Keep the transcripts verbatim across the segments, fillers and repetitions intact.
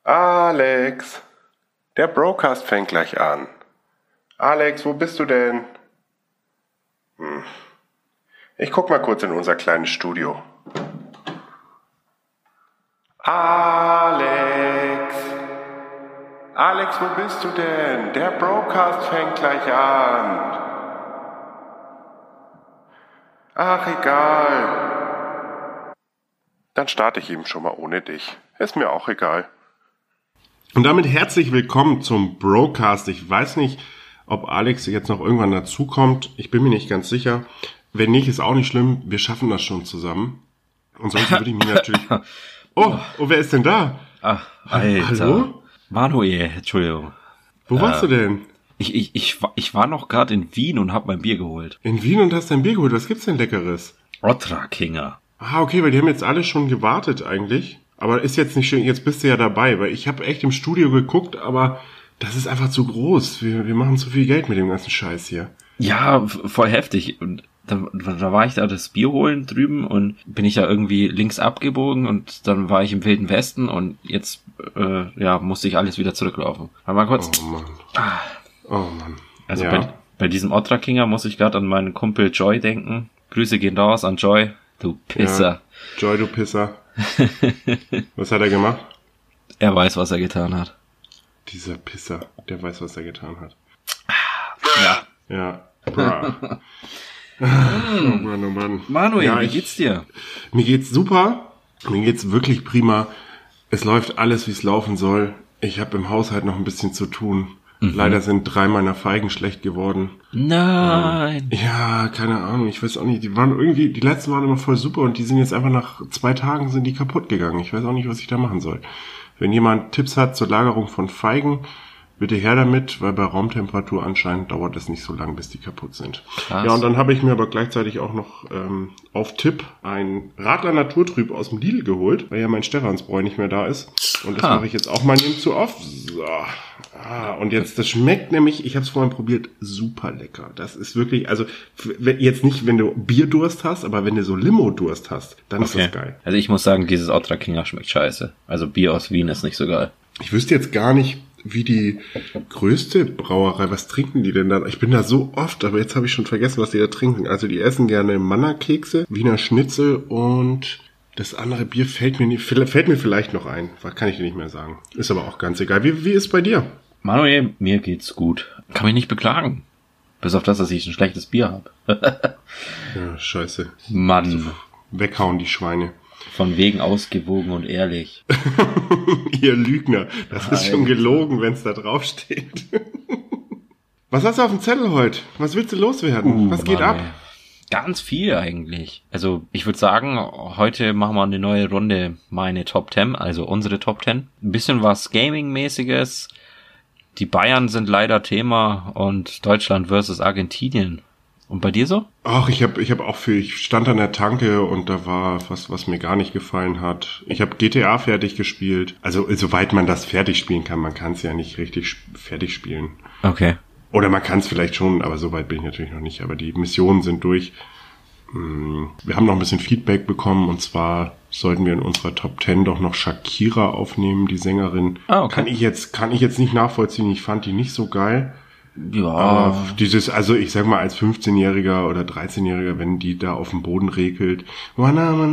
Alex, der Broadcast fängt gleich an. Alex, wo bist du denn? Hm. Ich guck mal kurz in unser kleines Studio. Alex, Alex, wo bist du denn? Der Broadcast fängt gleich an. Ach, egal. Dann starte ich eben schon mal ohne dich. Ist mir auch egal. Und damit herzlich willkommen zum Broadcast. Ich weiß nicht, ob Alex jetzt noch irgendwann dazukommt. Ich bin mir nicht ganz sicher. Wenn nicht, ist auch nicht schlimm. Wir schaffen das schon zusammen. Und sonst würde ich mich natürlich... Oh, oh, wer ist denn da? Ach, Alter. Hallo? Manuel, Entschuldigung. Wo äh, warst du denn? Ich, ich, ich, ich war noch gerade in Wien und hab mein Bier geholt. In Wien und hast dein Bier geholt? Was gibt's denn Leckeres? Otrakinger. Ah, okay, weil die haben jetzt alle schon gewartet eigentlich. Aber ist jetzt nicht schön, jetzt bist du ja dabei, weil ich habe echt im Studio geguckt, aber das ist einfach zu groß. Wir, wir machen zu viel Geld mit dem ganzen Scheiß hier. Ja, voll heftig. Und da, da war ich da das Bier holen drüben und bin ich da irgendwie links abgebogen und dann war ich im Wilden Westen und jetzt äh, ja musste ich alles wieder zurücklaufen. Warte mal kurz. Oh Mann. Ah. Oh Mann. Also ja. bei, bei diesem Otrakinger muss ich gerade an meinen Kumpel Joy denken. Grüße gehen raus an Joy. Du Pisser. Ja. Joy, du Pisser. Was hat er gemacht? Er weiß, was er getan hat. Dieser Pisser, der weiß, was er getan hat. Ja. Ja. Bra. Oh Mann, oh Mann. Manuel, ja, wie ich, geht's dir? Mir geht's super. Mir geht's wirklich prima. Es läuft alles, wie es laufen soll. Ich habe im Haushalt noch ein bisschen zu tun. Mhm. Leider sind drei meiner Feigen schlecht geworden. Nein. Ähm, ja, keine Ahnung. Ich weiß auch nicht. Die waren irgendwie, die letzten waren immer voll super und die sind jetzt einfach nach zwei Tagen sind die kaputt gegangen. Ich weiß auch nicht, was ich da machen soll. Wenn jemand Tipps hat zur Lagerung von Feigen, bitte her damit, weil bei Raumtemperatur anscheinend dauert es nicht so lang, bis die kaputt sind. Krass. Ja, und dann habe ich mir aber gleichzeitig auch noch ähm, auf Tipp ein Radler Naturtrüb aus dem Lidl geholt, weil ja mein Stephansbräu nicht mehr da ist. Und das ha. mache ich jetzt auch mal nicht zu oft. So. Ah, und jetzt, das schmeckt nämlich, ich habe es vorhin probiert, super lecker. Das ist wirklich, also jetzt nicht, wenn du Bierdurst hast, aber wenn du so Limo-Durst hast, dann okay. ist das geil. Also ich muss sagen, dieses Otrakinger schmeckt scheiße. Also Bier aus Wien ist nicht so geil. Ich wüsste jetzt gar nicht, wie die größte Brauerei, was trinken die denn da? Ich bin da so oft, aber jetzt habe ich schon vergessen, was die da trinken. Also die essen gerne Manna-Kekse, Wiener Schnitzel und das andere Bier fällt mir nicht, fällt mir vielleicht noch ein. Was kann ich dir nicht mehr sagen. Ist aber auch ganz egal. Wie, wie ist bei dir? Manuel, mir geht's gut. Kann mich nicht beklagen. Bis auf das, dass ich ein schlechtes Bier habe. Ja, scheiße. Mann. Also weghauen die Schweine. Von wegen ausgewogen und ehrlich. Ihr Lügner. Das Alter. Ist schon gelogen, wenn es da drauf steht. Was hast du auf dem Zettel heute? Was willst du loswerden? Uh, Was geht Mann, ab? Ey. Ganz viel eigentlich. Also ich würde sagen, heute machen wir eine neue Runde, meine Top Ten, also unsere Top Ten. Ein bisschen was Gaming-mäßiges. Die Bayern sind leider Thema und Deutschland versus Argentinien. Und bei dir so? Ach, ich habe ich hab auch viel, ich stand an der Tanke und da war was, was mir gar nicht gefallen hat. Ich habe G T A fertig gespielt. Also soweit man das fertig spielen kann, man kann es ja nicht richtig fertig spielen. Okay. Oder man kann es vielleicht schon, aber so weit bin ich natürlich noch nicht. Aber die Missionen sind durch. Wir haben noch ein bisschen Feedback bekommen und zwar sollten wir in unserer Top Ten doch noch Shakira aufnehmen, die Sängerin. Ah, okay. Kann ich jetzt, kann ich jetzt nicht nachvollziehen. Ich fand die nicht so geil. Ja. Aber dieses, also ich sag mal als fünfzehnjähriger oder dreizehnjähriger, wenn die da auf dem Boden regelt, dann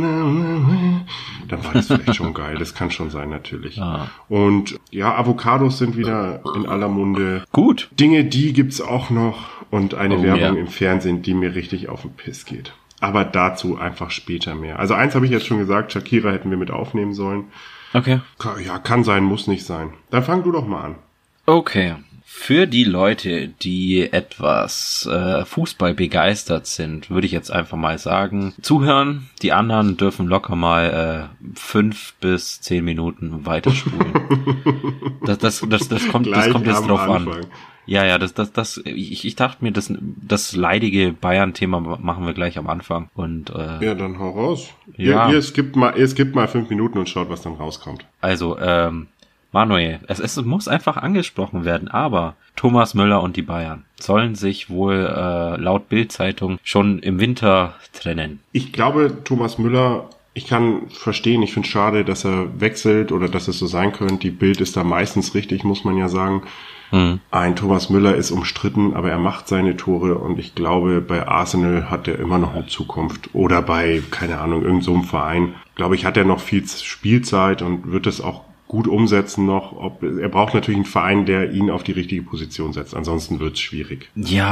war das vielleicht schon geil. Das kann schon sein, natürlich. Ah. Und ja, Avocados sind wieder in aller Munde. Gut. Dinge, die gibt's auch noch und eine oh, Werbung ja. im Fernsehen, die mir richtig auf den Piss geht. Aber dazu einfach später mehr. Also eins habe ich jetzt schon gesagt, Shakira hätten wir mit aufnehmen sollen. Okay. Ja, kann sein, muss nicht sein. Dann fang du doch mal an. Okay. Für die Leute, die etwas äh, Fußball begeistert sind, würde ich jetzt einfach mal sagen, zuhören. Die anderen dürfen locker mal äh, fünf bis zehn Minuten weiterspulen. das, das, das, das kommt, das kommt jetzt drauf Anfang. an. Ja, ja, das, das, das, ich, ich dachte mir, das, das leidige Bayern-Thema machen wir gleich am Anfang. Und äh, ja, dann hau raus. Ja. Ihr, ihr skippt mal, ihr skippt mal fünf Minuten und schaut, was dann rauskommt. Also, ähm, Manuel, es, es muss einfach angesprochen werden, aber Thomas Müller und die Bayern sollen sich wohl äh, laut Bild-Zeitung schon im Winter trennen. Ich glaube, Thomas Müller Ich kann verstehen, ich finde es schade, dass er wechselt oder dass es so sein könnte. Die Bild ist da meistens richtig, muss man ja sagen. Mhm. Ein Thomas Müller ist umstritten, aber er macht seine Tore und ich glaube, bei Arsenal hat er immer noch eine Zukunft. Oder bei, keine Ahnung, irgendeinem so Verein. Glaube ich, hat er noch viel Spielzeit und wird es auch gut umsetzen noch. Ob, er braucht natürlich einen Verein, der ihn auf die richtige Position setzt. Ansonsten wird es schwierig.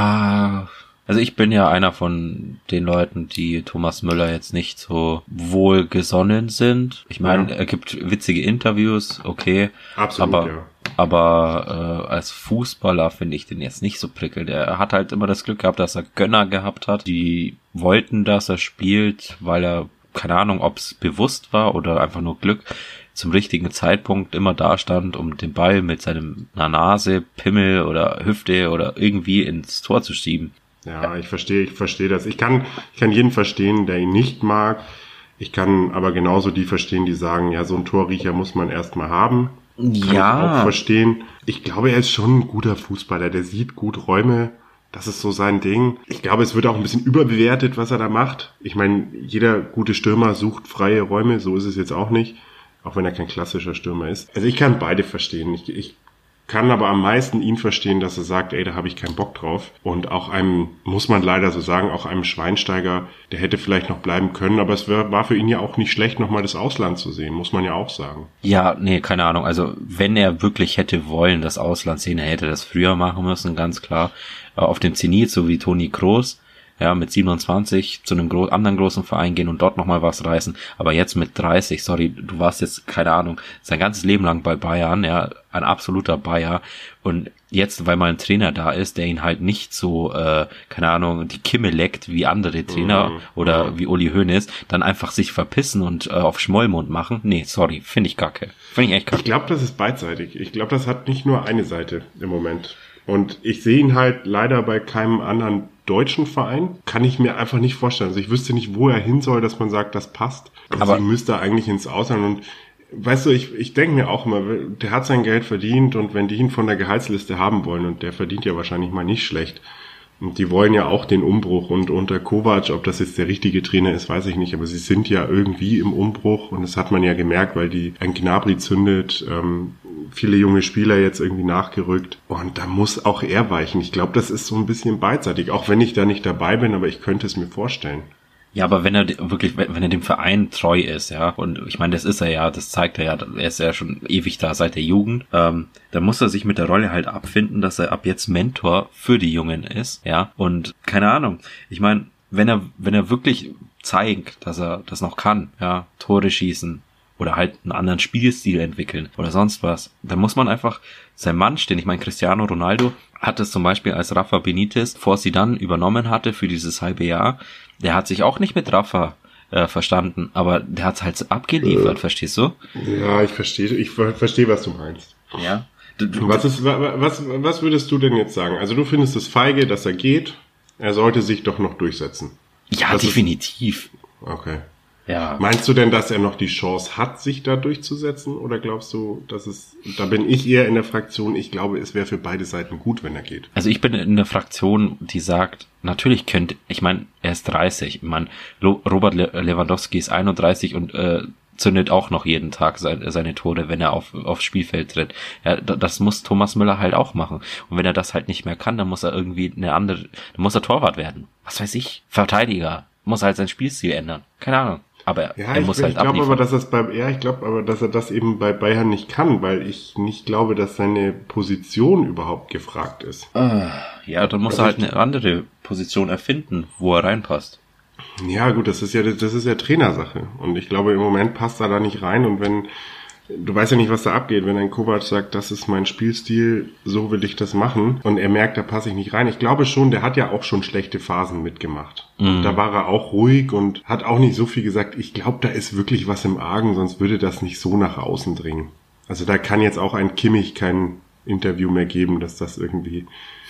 Ja, also ich bin ja einer von den Leuten, die Thomas Müller jetzt nicht so wohlgesonnen sind. Ich meine, ja. Er gibt witzige Interviews, okay. Absolut, aber, ja. Aber äh, als Fußballer finde ich den jetzt nicht so prickelnd. Er hat halt immer das Glück gehabt, dass er Gönner gehabt hat. Die wollten, dass er spielt, weil er, keine Ahnung, ob es bewusst war oder einfach nur Glück, zum richtigen Zeitpunkt immer da stand, um den Ball mit seinem Nase, Pimmel oder Hüfte oder irgendwie ins Tor zu schieben. Ja, ich verstehe, ich verstehe das. Ich kann, ich kann jeden verstehen, der ihn nicht mag. Ich kann aber genauso die verstehen, die sagen, ja, so ein Torriecher muss man erstmal haben. Kann ja. ich auch verstehen. Ich glaube, er ist schon ein guter Fußballer. Der sieht gut Räume. Das ist so sein Ding. Ich glaube, es wird auch ein bisschen überbewertet, was er da macht. Ich meine, jeder gute Stürmer sucht freie Räume. So ist es jetzt auch nicht. Auch wenn er kein klassischer Stürmer ist. Also ich kann beide verstehen. Ich, ich kann aber am meisten ihn verstehen, dass er sagt, ey, da habe ich keinen Bock drauf. Und auch einem, muss man leider so sagen, auch einem Schweinsteiger, der hätte vielleicht noch bleiben können, aber es war für ihn ja auch nicht schlecht, nochmal das Ausland zu sehen, muss man ja auch sagen. Ja, nee, keine Ahnung. Also wenn er wirklich hätte wollen, das Ausland sehen, er hätte das früher machen müssen, ganz klar. Auf dem Zenit, so wie Toni Kroos, ja, mit siebenundzwanzig zu einem gro- anderen großen Verein gehen und dort nochmal was reißen. Aber jetzt mit dreißig, sorry, du warst jetzt, keine Ahnung, sein ganzes Leben lang bei Bayern, ja, ein absoluter Bayer. Und jetzt, weil mal ein Trainer da ist, der ihn halt nicht so, äh, keine Ahnung, die Kimme leckt wie andere Trainer mhm. oder mhm. wie Uli Hoeneß, dann einfach sich verpissen und äh, auf Schmollmund machen. Nee, sorry, finde ich kacke. Finde ich echt kacke. Ich glaube, das ist beidseitig. Ich glaube, das hat nicht nur eine Seite im Moment. Und ich sehe ihn halt leider bei keinem anderen deutschen Verein. Kann ich mir einfach nicht vorstellen. Also ich wüsste nicht, wo er hin soll, dass man sagt, das passt. Also aber müsste eigentlich ins Ausland. Und weißt du, ich, ich denke mir auch immer, der hat sein Geld verdient und wenn die ihn von der Gehaltsliste haben wollen, und der verdient ja wahrscheinlich mal nicht schlecht, und die wollen ja auch den Umbruch, und unter Kovac, ob das jetzt der richtige Trainer ist, weiß ich nicht, aber sie sind ja irgendwie im Umbruch und das hat man ja gemerkt, weil die ein Gnabry zündet, ähm, viele junge Spieler jetzt irgendwie nachgerückt und da muss auch er weichen. Ich glaube, das ist so ein bisschen beidseitig, auch wenn ich da nicht dabei bin, aber ich könnte es mir vorstellen. Ja, aber wenn er wirklich, wenn er dem Verein treu ist, ja, und ich meine, das ist er ja, das zeigt er ja, er ist ja schon ewig da seit der Jugend, ähm, dann muss er sich mit der Rolle halt abfinden, dass er ab jetzt Mentor für die Jungen ist, ja, und keine Ahnung, ich meine, wenn er, wenn er wirklich zeigt, dass er das noch kann, ja, Tore schießen oder halt einen anderen Spielstil entwickeln oder sonst was, dann muss man einfach sein Mann stehen. Ich meine, Cristiano Ronaldo hat es zum Beispiel, als Rafa Benitez vor Zidane übernommen hatte für dieses halbe Jahr, der hat sich auch nicht mit Rafa äh, verstanden, aber der hat es halt abgeliefert, äh, verstehst du? Ja, ich verstehe, ich verstehe, was du meinst. Ja. Du, du, was ist, was, was würdest du denn jetzt sagen? Also du findest es feige, dass er geht, er sollte sich doch noch durchsetzen. Ja, das definitiv. Ist, okay. Ja. Meinst du denn, dass er noch die Chance hat, sich da durchzusetzen? Oder glaubst du, dass es, da bin ich eher in der Fraktion, ich glaube, es wäre für beide Seiten gut, wenn er geht. Also ich bin in der Fraktion, die sagt, natürlich könnte, ich meine, er ist dreißig, ich meine, Robert Lewandowski ist einunddreißig und äh, zündet auch noch jeden Tag seine, seine Tore, wenn er auf, aufs Spielfeld tritt. Ja, das muss Thomas Müller halt auch machen. Und wenn er das halt nicht mehr kann, dann muss er irgendwie eine andere, dann muss er Torwart werden. Was weiß ich, Verteidiger. Muss halt sein Spielstil ändern. Keine Ahnung. Aber ja, er muss ich, halt ich glaube abliefern. aber, dass das bei, ja, ich glaube aber, dass er das eben bei Bayern nicht kann, weil ich nicht glaube, dass seine Position überhaupt gefragt ist. Ja, dann muss also er halt eine andere Position erfinden, wo er reinpasst. Ja, gut, das ist ja, das ist ja Trainersache. Und ich glaube, im Moment passt er da nicht rein. Und wenn, du weißt ja nicht, was da abgeht, wenn ein Kovac sagt, das ist mein Spielstil, so will ich das machen. Und er merkt, da passe ich nicht rein. Ich glaube schon, der hat ja auch schon schlechte Phasen mitgemacht. Mhm. Da war er auch ruhig und hat auch nicht so viel gesagt. Ich glaube, da ist wirklich was im Argen, sonst würde das nicht so nach außen dringen. Also da kann jetzt auch ein Kimmich kein Interview mehr geben, dass das irgendwie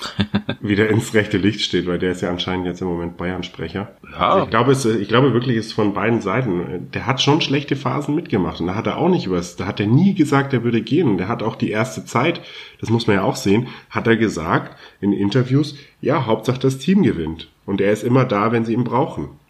wieder ins rechte Licht steht, weil der ist ja anscheinend jetzt im Moment Bayern-Sprecher. Ja. Also ich glaube, es, ich glaube wirklich, es ist von beiden Seiten. Der hat schon schlechte Phasen mitgemacht und da hat er auch nicht was, da hat er nie gesagt, er würde gehen und der hat auch die erste Zeit, das muss man ja auch sehen, hat er gesagt in Interviews, ja, Hauptsache das Team gewinnt und er ist immer da, wenn sie ihn brauchen.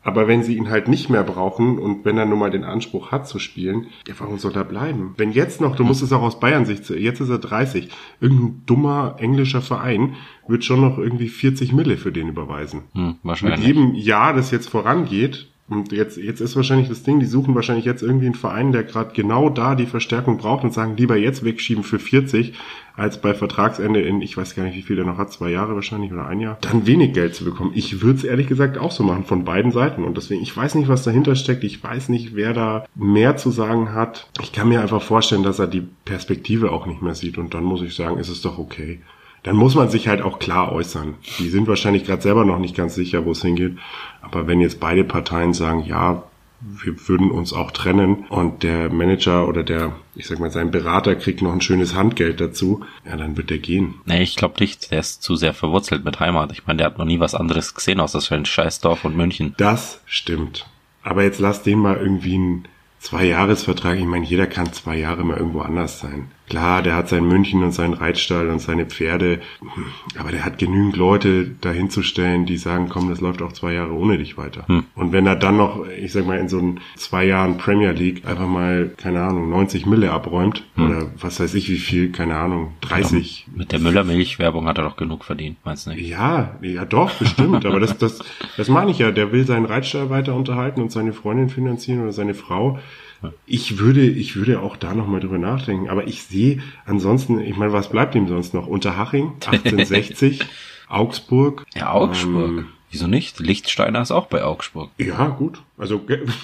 Aber wenn sie ihn halt nicht mehr brauchen und wenn er nun mal den Anspruch hat zu spielen, ja, warum soll er bleiben? Wenn jetzt noch, du musst es auch aus Bayern-Sicht, jetzt ist er dreißig, irgendein dummer englischer Verein wird schon noch irgendwie vierzig Mille für den überweisen. Hm, wahrscheinlich. Mit jedem Jahr, das jetzt vorangeht, und jetzt, jetzt ist wahrscheinlich das Ding, die suchen wahrscheinlich jetzt irgendwie einen Verein, der gerade genau da die Verstärkung braucht und sagen, lieber jetzt wegschieben für vierzig, als bei Vertragsende in, ich weiß gar nicht, wie viel der noch hat, zwei Jahre wahrscheinlich oder ein Jahr, dann wenig Geld zu bekommen. Ich würde es ehrlich gesagt auch so machen, von beiden Seiten. Und deswegen, ich weiß nicht, was dahinter steckt. Ich weiß nicht, wer da mehr zu sagen hat. Ich kann mir einfach vorstellen, dass er die Perspektive auch nicht mehr sieht. Und dann muss ich sagen, ist es doch okay. Dann muss man sich halt auch klar äußern. Die sind wahrscheinlich gerade selber noch nicht ganz sicher, wo es hingeht. Aber wenn jetzt beide Parteien sagen, ja, wir würden uns auch trennen und der Manager oder der, ich sag mal, sein Berater kriegt noch ein schönes Handgeld dazu, ja, dann wird der gehen. Nee, ich glaube nicht, der ist zu sehr verwurzelt mit Heimat. Ich meine, der hat noch nie was anderes gesehen, außer sein Scheißdorf und München. Das stimmt. Aber jetzt lass den mal irgendwie einen Zwei-Jahres-Vertrag. Ich meine, jeder kann zwei Jahre mal irgendwo anders sein. Klar, der hat sein München und seinen Reitstall und seine Pferde, aber der hat genügend Leute dahin zu stellen, die sagen, komm, das läuft auch zwei Jahre ohne dich weiter. Hm. Und wenn er dann noch, ich sag mal, in so einen zwei Jahren Premier League einfach mal, keine Ahnung, neunzig Mille abräumt, hm. oder was weiß ich wie viel, keine Ahnung, dreißig. Mit der Müller-Milch-Werbung hat er doch genug verdient, meinst du nicht? Ja, ja doch, bestimmt, aber das, das, das meine ich ja, der will seinen Reitstall weiter unterhalten und seine Freundin finanzieren oder seine Frau. Ich würde, ich würde auch da nochmal drüber nachdenken, aber ich sehe ansonsten, ich meine, was bleibt ihm sonst noch? Unterhaching, achtzehnhundertsechzig, Augsburg. Ja, Augsburg. Ähm, Wieso nicht? Lichtsteiner ist auch bei Augsburg. Ja, gut. Also,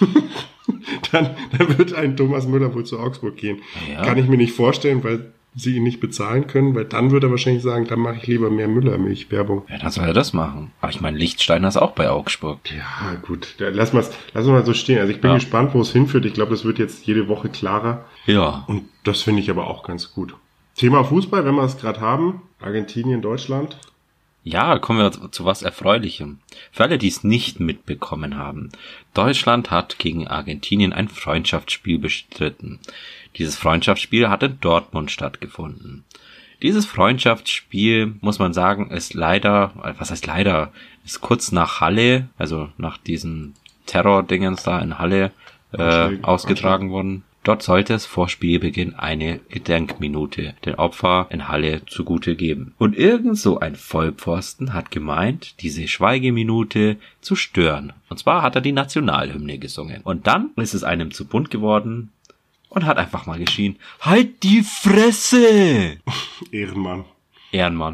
dann, dann wird ein Thomas Müller wohl zu Augsburg gehen. Ja. Kann ich mir nicht vorstellen, weil sie ihn nicht bezahlen können, weil dann würde er wahrscheinlich sagen, dann mache ich lieber mehr Müller-Milch-Werbung. Ja, dann soll er das machen. Aber ich meine, Lichtsteiner ist auch bei Augsburg. Ja, gut. Lass mal, lass mal so stehen. Also ich bin ja. gespannt, wo es hinführt. Ich glaube, das wird jetzt jede Woche klarer. Ja. Und das finde ich aber auch ganz gut. Thema Fußball, wenn wir es gerade haben. Argentinien, Deutschland. Ja, kommen wir zu was Erfreulichem. Für alle, die es nicht mitbekommen haben. Deutschland hat gegen Argentinien ein Freundschaftsspiel bestritten. Dieses Freundschaftsspiel hat in Dortmund stattgefunden. Dieses Freundschaftsspiel, muss man sagen, ist leider, was heißt leider, ist kurz nach Halle, also nach diesen Terror-Dingens da in Halle äh, ausgetragen worden. Dort sollte es vor Spielbeginn eine Gedenkminute den Opfer in Halle zugute geben. Und irgend so ein Vollpfosten hat gemeint, diese Schweigeminute zu stören. Und zwar hat er die Nationalhymne gesungen. Und dann ist es einem zu bunt geworden und hat einfach mal geschrien, halt die Fresse! Ehrenmann. Ehrenmann.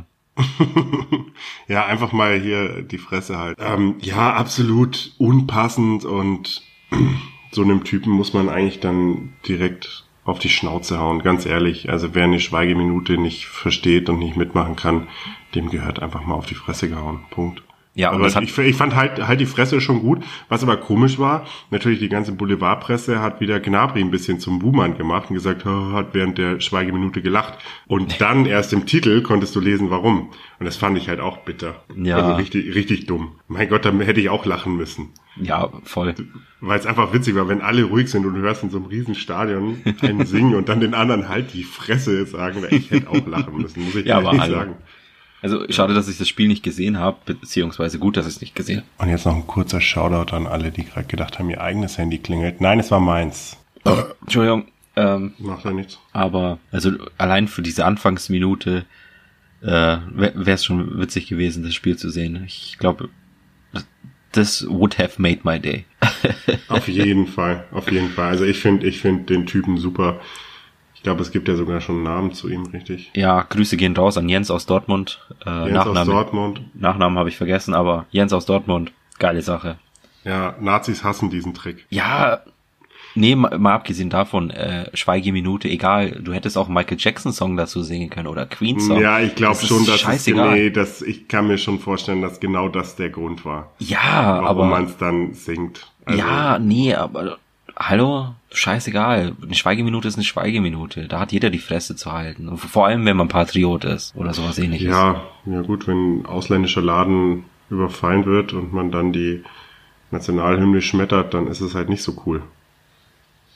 Ja, einfach mal hier die Fresse halt. Ähm, ja, absolut unpassend und so einem Typen muss man eigentlich dann direkt auf die Schnauze hauen, ganz ehrlich. Also wer eine Schweigeminute nicht versteht und nicht mitmachen kann, dem gehört einfach mal auf die Fresse gehauen. Punkt. Ja, aber ich, ich fand halt, halt die Fresse schon gut. Was aber komisch war, natürlich die ganze Boulevardpresse hat wieder Gnabry ein bisschen zum Buhmann gemacht und gesagt, oh, hat während der Schweigeminute gelacht. Und dann erst im Titel konntest du lesen, warum. Und das fand ich halt auch bitter. Ja. Also richtig, richtig dumm. Mein Gott, da hätte ich auch lachen müssen. Ja, voll. Weil es einfach witzig war, wenn alle ruhig sind und du hörst in so einem riesen Stadion einen singen und dann den anderen halt die Fresse sagen. Ich hätte auch lachen müssen, muss ich ja, ehrlich aber sagen. Also schade, dass ich das Spiel nicht gesehen habe, beziehungsweise gut, dass ich es nicht gesehen habe. Und jetzt noch ein kurzer Shoutout an alle, die gerade gedacht haben, ihr eigenes Handy klingelt. Nein, es war meins. Oh, Entschuldigung. Ähm, Macht ja nichts. Aber also allein für diese Anfangsminute äh, wäre es schon witzig gewesen, das Spiel zu sehen. Ich glaube, this would have made my day. Auf jeden Fall, auf jeden Fall. Also ich finde ich finde den Typen super. Ich glaube, es gibt ja sogar schon einen Namen zu ihm, richtig? Ja, Grüße gehen raus an Jens aus Dortmund. Äh, Jens Nachname, aus Dortmund. Nachnamen habe ich vergessen, aber Jens aus Dortmund, geile Sache. Ja, Nazis hassen diesen Trick. Ja, nee, mal, mal abgesehen davon, äh, Schweigeminute, egal, du hättest auch einen Michael Jackson Song dazu singen können oder Queen Song. Ja, ich glaube schon, dass es, nee, dass ich kann mir schon vorstellen, dass genau das der Grund war. Ja, warum aber man es dann singt. Also, ja, nee, aber hallo, scheißegal. Eine Schweigeminute ist eine Schweigeminute. Da hat jeder die Fresse zu halten. Und vor allem, wenn man Patriot ist oder sowas ähnliches. Ja, ja gut, wenn ein ausländischer Laden überfallen wird und man dann die Nationalhymne schmettert, dann ist es halt nicht so cool.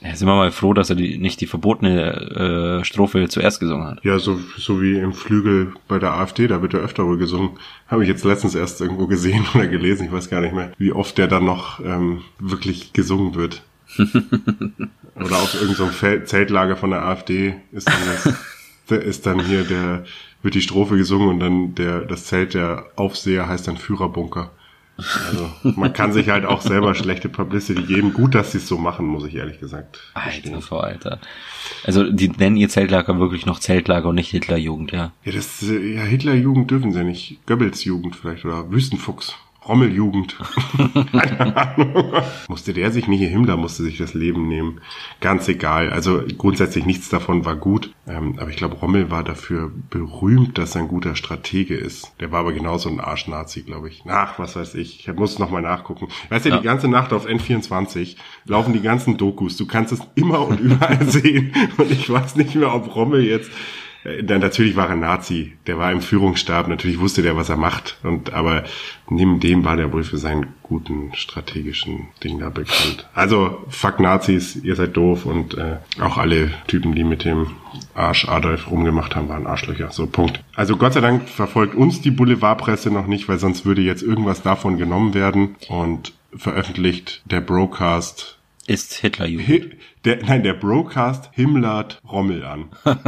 Ja, sind wir mal froh, dass er die, nicht die verbotene äh, Strophe zuerst gesungen hat. Ja, so, so wie im Flügel bei der AfD, da wird er öfter wohl gesungen. Habe ich jetzt letztens erst irgendwo gesehen oder gelesen, ich weiß gar nicht mehr, wie oft der dann noch ähm, wirklich gesungen wird. Oder auf irgendeinem so Zeltlager von der AfD ist dann das, der ist dann hier der, wird die Strophe gesungen und dann der, das Zelt der Aufseher heißt dann Führerbunker. Also man kann sich halt auch selber schlechte Publicity geben. Gut, dass sie es so machen, muss ich ehrlich gesagt verstehen. Alter, vor Alter. Also die nennen ihr Zeltlager wirklich noch Zeltlager und nicht Hitlerjugend, ja? Ja, das, ja, Hitlerjugend dürfen sie nicht. Goebbelsjugend vielleicht oder Wüstenfuchs. Rommeljugend. Keine Ahnung. Musste der sich nicht, Himmler musste sich das Leben nehmen. Ganz egal. Also grundsätzlich nichts davon war gut. Ähm, aber ich glaube, Rommel war dafür berühmt, dass er ein guter Stratege ist. Der war aber genauso ein Arschnazi, glaube ich. Ach, was weiß ich. Ich muss noch mal nachgucken. Weißt du, ja, die ganze Nacht auf N vierundzwanzig laufen die ganzen Dokus. Du kannst es immer und überall sehen. Und ich weiß nicht mehr, ob Rommel jetzt... Dann natürlich war er Nazi, der war im Führungsstab, natürlich wusste der, was er macht, und aber neben dem war der wohl für seinen guten strategischen Ding da bekannt. Also fuck Nazis, ihr seid doof, und äh, auch alle Typen, die mit dem Arsch Adolf rumgemacht haben, waren Arschlöcher. So, Punkt. Also Gott sei Dank verfolgt uns die Boulevardpresse noch nicht, weil sonst würde jetzt irgendwas davon genommen werden und veröffentlicht der Broadcast ist Hitlerjugend. Hi, der, nein, der Broadcast himmlert Rommel an.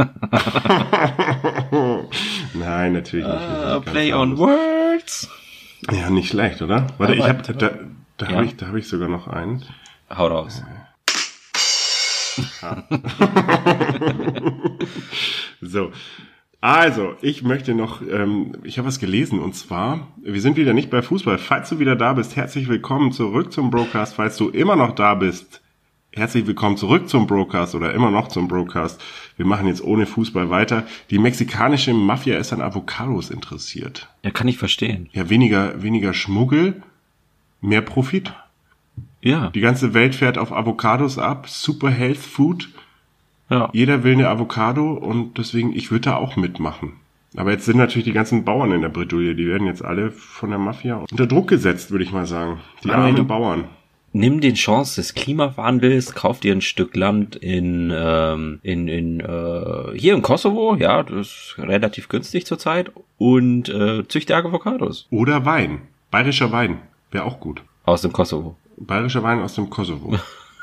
Nein, natürlich nicht. Uh, play on words. Ja, nicht schlecht, oder? Warte, ich hab, da, da ja. habe ich, da habe ich sogar noch einen. Hau raus. So. Also, ich möchte noch, ähm, ich habe was gelesen, und zwar, wir sind wieder nicht bei Fußball. Falls du wieder da bist, herzlich willkommen zurück zum Broadcast. Falls du immer noch da bist, herzlich willkommen zurück zum Broadcast oder immer noch zum Broadcast. Wir machen jetzt ohne Fußball weiter. Die mexikanische Mafia ist an Avocados interessiert. Ja, kann ich verstehen. Ja, weniger, weniger Schmuggel, mehr Profit. Ja. Die ganze Welt fährt auf Avocados ab, super Health Food. Ja. Jeder will eine Avocado, und deswegen, ich würde da auch mitmachen. Aber jetzt sind natürlich die ganzen Bauern in der Bredouille, die werden jetzt alle von der Mafia unter Druck gesetzt, würde ich mal sagen. Die Aber armen du, Bauern. Nimm den Chance des Klimawandels, kauf dir ein Stück Land in, ähm, in, in, äh, hier im Kosovo, ja, das ist relativ günstig zurzeit, und äh, züchte Avocados. Oder Wein. Bayerischer Wein. Wäre auch gut. Aus dem Kosovo. Bayerischer Wein aus dem Kosovo.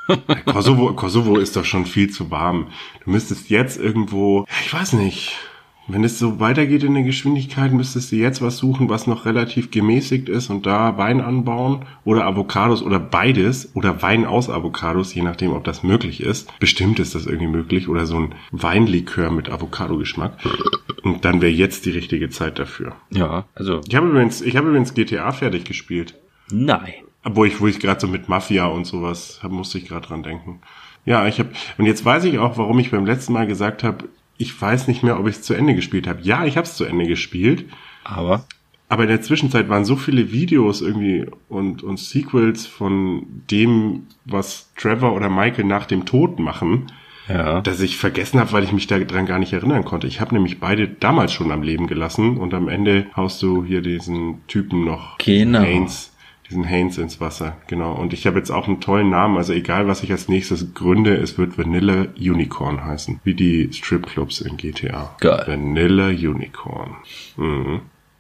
Kosovo, Kosovo ist doch schon viel zu warm. Du müsstest jetzt irgendwo, ich weiß nicht, wenn es so weitergeht in der Geschwindigkeit, müsstest du jetzt was suchen, was noch relativ gemäßigt ist, und da Wein anbauen oder Avocados oder beides oder Wein aus Avocados, je nachdem, ob das möglich ist. Bestimmt ist das irgendwie möglich, oder so ein Weinlikör mit Avocado-Geschmack. Und dann wäre jetzt die richtige Zeit dafür. Ja, also. Ich habe übrigens, ich habe übrigens G T A fertig gespielt. Nein. Wo ich, wo ich gerade so mit Mafia und sowas, hab, musste ich gerade dran denken. Ja, ich habe, und jetzt weiß ich auch, warum ich beim letzten Mal gesagt habe, ich weiß nicht mehr, ob ich es zu Ende gespielt habe. Ja, ich habe es zu Ende gespielt. Aber? Aber in der Zwischenzeit waren so viele Videos irgendwie und, und Sequels von dem, was Trevor oder Michael nach dem Tod machen, ja, dass ich vergessen habe, weil ich mich daran gar nicht erinnern konnte. Ich habe nämlich beide damals schon am Leben gelassen, und am Ende haust du hier diesen Typen noch, genau. Haynes, diesen Haynes ins Wasser, genau. Und ich habe jetzt auch einen tollen Namen, also egal, was ich als nächstes gründe, es wird Vanilla Unicorn heißen, wie die Stripclubs in G T A. Geil. Vanilla Unicorn. Mhm.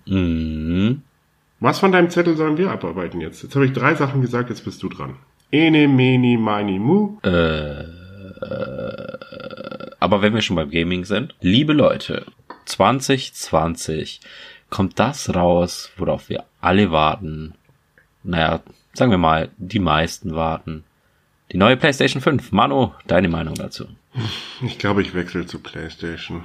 Mhm. Was von deinem Zettel sollen wir abarbeiten jetzt? Jetzt habe ich drei Sachen gesagt, jetzt bist du dran. Ene, meni, mini, mu. Äh, äh, aber wenn wir schon beim Gaming sind, liebe Leute, zwanzig zwanzig kommt das raus, worauf wir alle warten. Naja, sagen wir mal, die meisten warten. Die neue PlayStation fünf. Manu, deine Meinung dazu? Ich glaube, ich wechsle zu PlayStation.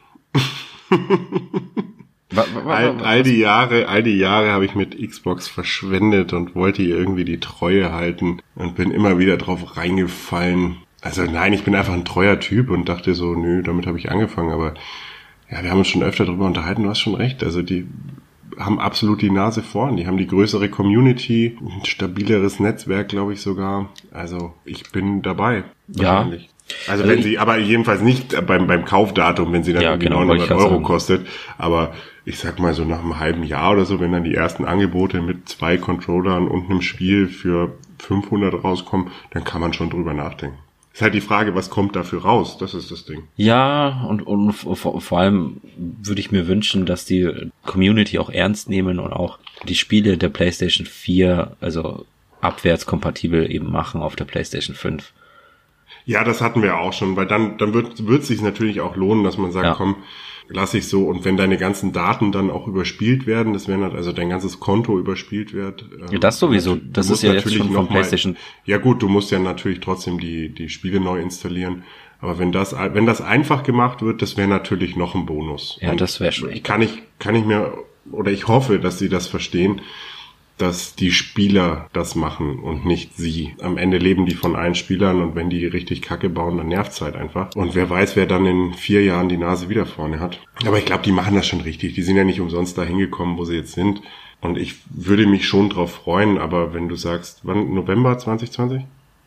wa, wa, wa, all, all die Jahre, all die Jahre habe ich mit Xbox verschwendet und wollte ihr irgendwie die Treue halten und bin immer wieder drauf reingefallen. Also nein, ich bin einfach ein treuer Typ und dachte so, nö, damit habe ich angefangen. Aber ja, wir haben uns schon öfter darüber unterhalten, du hast schon recht. Also die haben absolut die Nase vorn. Die haben die größere Community, ein stabileres Netzwerk, glaube ich sogar. Also ich bin dabei. Wahrscheinlich. Ja. Also, also wenn sie, aber jedenfalls nicht beim beim Kaufdatum, wenn sie dann ja, irgendwie genau, neunhundert Euro sagen. kostet. Aber ich sag mal so nach einem halben Jahr oder so, wenn dann die ersten Angebote mit zwei Controllern und einem Spiel für fünfhundert rauskommen, dann kann man schon drüber nachdenken. Ist halt die Frage, was kommt dafür raus? Das ist das Ding. Ja, und, und vor, vor allem würde ich mir wünschen, dass die Community auch ernst nehmen und auch die Spiele der PlayStation vier, also abwärtskompatibel eben machen auf der PlayStation fünf. Ja, das hatten wir ja auch schon, weil dann, dann wird, wird es sich natürlich auch lohnen, dass man sagt, ja. komm, lass ich so, und wenn deine ganzen Daten dann auch überspielt werden, das wäre also dein ganzes Konto überspielt wird. Ja, das sowieso, das ist ja jetzt schon von PlayStation. Mal, ja gut, du musst ja natürlich trotzdem die, die Spiele neu installieren, aber wenn das, wenn das einfach gemacht wird, das wäre natürlich noch ein Bonus. Ja, und das wäre schon. Kann ich, kann ich mir, oder ich hoffe, dass sie das verstehen, dass die Spieler das machen und nicht sie. Am Ende leben die von allen Spielern und wenn die richtig Kacke bauen, dann nervt's halt einfach. Und wer weiß, wer dann in vier Jahren die Nase wieder vorne hat. Aber ich glaube, die machen das schon richtig. Die sind ja nicht umsonst da hingekommen, wo sie jetzt sind. Und ich würde mich schon drauf freuen, aber wenn du sagst, wann, November zwanzig zwanzig?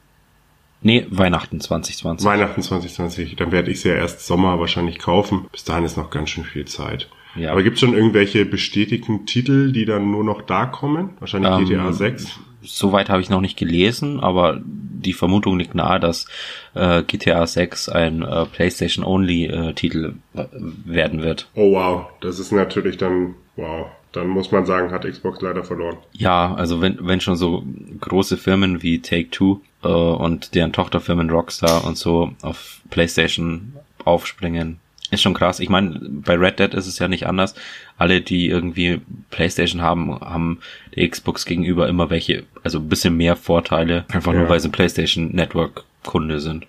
Nee, Weihnachten zwanzig zwanzig. Weihnachten zwanzig zwanzig, dann werde ich sie ja erst Sommer wahrscheinlich kaufen. Bis dahin ist noch ganz schön viel Zeit. Ja. Aber gibt es schon irgendwelche bestätigten Titel, die dann nur noch da kommen? Wahrscheinlich ähm, G T A sechs? Soweit habe ich noch nicht gelesen, aber die Vermutung liegt nahe, dass äh, G T A sechs ein äh, PlayStation-Only-Titel äh, werden wird. Oh wow, das ist natürlich dann, wow, dann muss man sagen, hat Xbox leider verloren. Ja, also wenn wenn schon so große Firmen wie Take-Two äh, und deren Tochterfirmen Rockstar und so auf PlayStation aufspringen, ist schon krass. Ich meine, bei Red Dead ist es ja nicht anders. Alle, die irgendwie PlayStation haben, haben der Xbox gegenüber immer welche, also ein bisschen mehr Vorteile, einfach ja. nur weil sie PlayStation Network Kunde sind.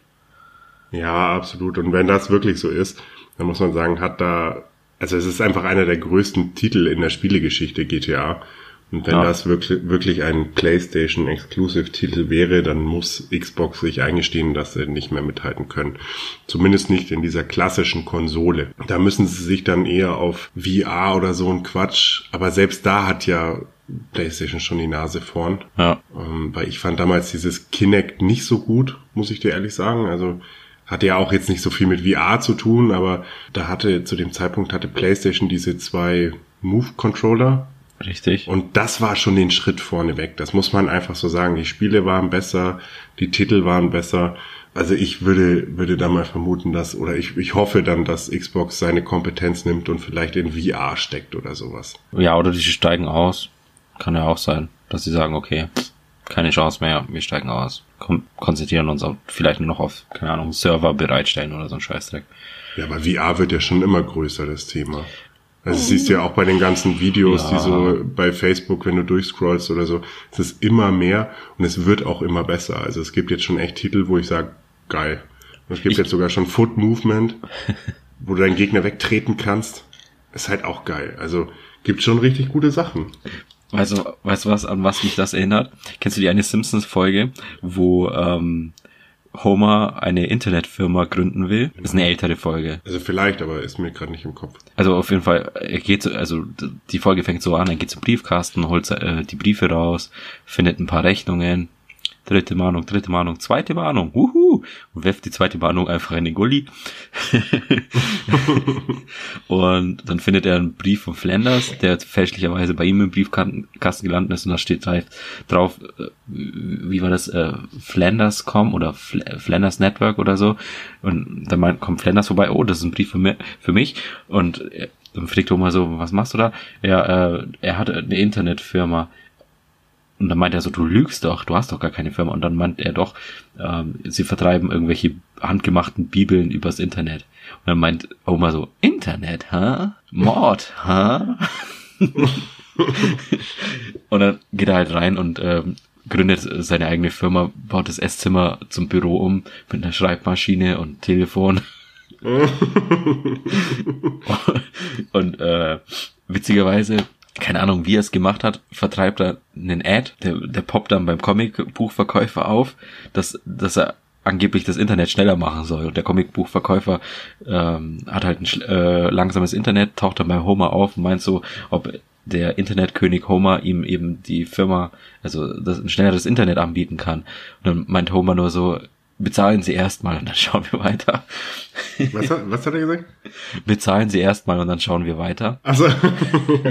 Ja, absolut. Und wenn das wirklich so ist, dann muss man sagen, hat da, also es ist einfach einer der größten Titel in der Spielegeschichte, G T A. Und wenn ja. das wirklich, wirklich ein PlayStation-Exclusive-Titel wäre, dann muss Xbox sich eingestehen, dass sie nicht mehr mithalten können. Zumindest nicht in dieser klassischen Konsole. Da müssen sie sich dann eher auf V R oder so ein Quatsch, aber selbst da hat ja PlayStation schon die Nase vorn. Ja. Ähm, weil ich fand damals dieses Kinect nicht so gut, muss ich dir ehrlich sagen. Also hatte ja auch jetzt nicht so viel mit V R zu tun, aber da hatte, zu dem Zeitpunkt hatte PlayStation diese zwei Move-Controller. Richtig. Und das war schon den Schritt vorne weg. Das muss man einfach so sagen. Die Spiele waren besser, die Titel waren besser. Also ich würde würde da mal vermuten, dass, oder ich ich hoffe dann, dass Xbox seine Kompetenz nimmt und vielleicht in V R steckt oder sowas. Ja, oder die steigen aus. Kann ja auch sein, dass sie sagen, okay, keine Chance mehr, wir steigen aus. Kon- konzentrieren uns auch vielleicht nur noch auf, keine Ahnung, Server bereitstellen oder so ein Scheißdreck. Ja, aber V R wird ja schon immer größer, das Thema. Also das siehst du ja auch bei den ganzen Videos, ja. die so bei Facebook, wenn du durchscrollst oder so, es ist immer mehr und es wird auch immer besser. Also es gibt jetzt schon echt Titel, wo ich sage, geil. Und es gibt ich jetzt sogar schon Foot Movement, wo du deinen Gegner wegtreten kannst. Ist halt auch geil. Also gibt schon richtig gute Sachen. Also, weißt du was, an was mich das erinnert? Kennst du die eine Simpsons-Folge, wo ähm, Homer eine Internetfirma gründen will? Das ist eine ältere Folge. Also vielleicht, aber ist mir gerade nicht im Kopf. Also auf jeden Fall, er geht so, also die Folge fängt so an, er geht zum Briefkasten, holt äh, die Briefe raus, findet ein paar Rechnungen, dritte Mahnung, dritte Mahnung, zweite Mahnung, wuhu, und wirft die zweite Mahnung einfach in den Gully. Und dann findet er einen Brief von Flanders, der fälschlicherweise bei ihm im Briefkasten gelandet ist, und da steht drauf, wie war das, äh, Flanders punkt com oder Fl- Flanders Network oder so, und dann meint, kommt Flanders vorbei, oh, das ist ein Brief für, mi- für mich, und dann fragt Homer so, was machst du da? Ja, äh, er hat eine Internetfirma. Und dann meint er so, du lügst doch, du hast doch gar keine Firma. Und dann meint er doch, ähm, sie vertreiben irgendwelche handgemachten Bibeln übers Internet. Und dann meint Homer so, Internet, hä? Mord, hä? Und dann geht er halt rein und ähm, gründet seine eigene Firma, baut das Esszimmer zum Büro um mit einer Schreibmaschine und Telefon. Und äh, witzigerweise, keine Ahnung, wie er es gemacht hat, vertreibt er einen Ad, der, der poppt dann beim Comicbuchverkäufer auf, dass, dass er angeblich das Internet schneller machen soll. Und der Comicbuchverkäufer ähm, hat halt ein äh, langsames Internet, taucht dann bei Homer auf und meint so, ob der Internetkönig Homer ihm eben die Firma, also das, ein schnelleres Internet anbieten kann. Und dann meint Homer nur so, bezahlen Sie erstmal und dann schauen wir weiter. Was hat, was hat er gesagt? Bezahlen Sie erstmal und dann schauen wir weiter. Also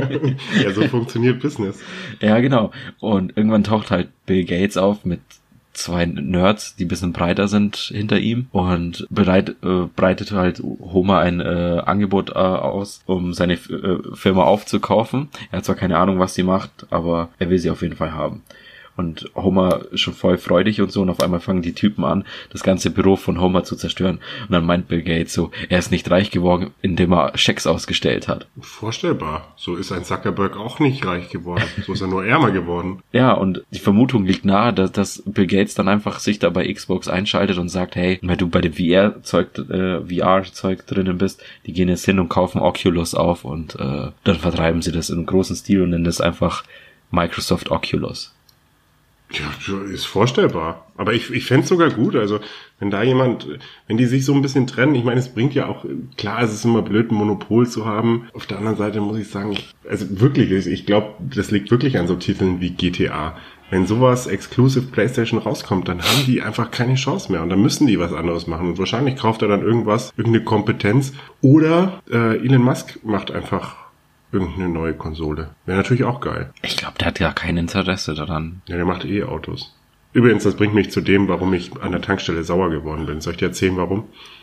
ja, so funktioniert Business. Ja, genau. Und irgendwann taucht halt Bill Gates auf mit zwei Nerds, die ein bisschen breiter sind hinter ihm und bereit, äh, breitet halt Homer ein äh, Angebot äh, aus, um seine äh, Firma aufzukaufen. Er hat zwar keine Ahnung, was sie macht, aber er will sie auf jeden Fall haben. Und Homer ist schon voll freudig und so und auf einmal fangen die Typen an, das ganze Büro von Homer zu zerstören. Und dann meint Bill Gates so, er ist nicht reich geworden, indem er Schecks ausgestellt hat. Vorstellbar. So ist ein Zuckerberg auch nicht reich geworden. So ist er nur ärmer geworden. Ja, und die Vermutung liegt nahe, dass, dass Bill Gates dann einfach sich da bei Xbox einschaltet und sagt, hey, weil du bei dem V R-Zeug äh, V R-Zeug drinnen bist, die gehen jetzt hin und kaufen Oculus auf und äh, dann vertreiben sie das in großen Stil und nennen das einfach Microsoft Oculus. Ja, ist vorstellbar. Aber ich, ich fände es sogar gut, also wenn da jemand, wenn die sich so ein bisschen trennen, ich meine, es bringt ja auch, klar, es ist immer blöd, ein Monopol zu haben. Auf der anderen Seite muss ich sagen, ich, also wirklich, ich glaube, das liegt wirklich an so Titeln wie G T A. Wenn sowas Exclusive PlayStation rauskommt, dann haben die einfach keine Chance mehr und dann müssen die was anderes machen. Und wahrscheinlich kauft er dann irgendwas, irgendeine Kompetenz. Oder äh, Elon Musk macht einfach irgendeine neue Konsole. Wäre natürlich auch geil. Ich glaube, der hat ja kein Interesse daran. Ja, der macht eh Autos. Übrigens, das bringt mich zu dem, warum ich an der Tankstelle sauer geworden bin. Soll ich dir erzählen, warum?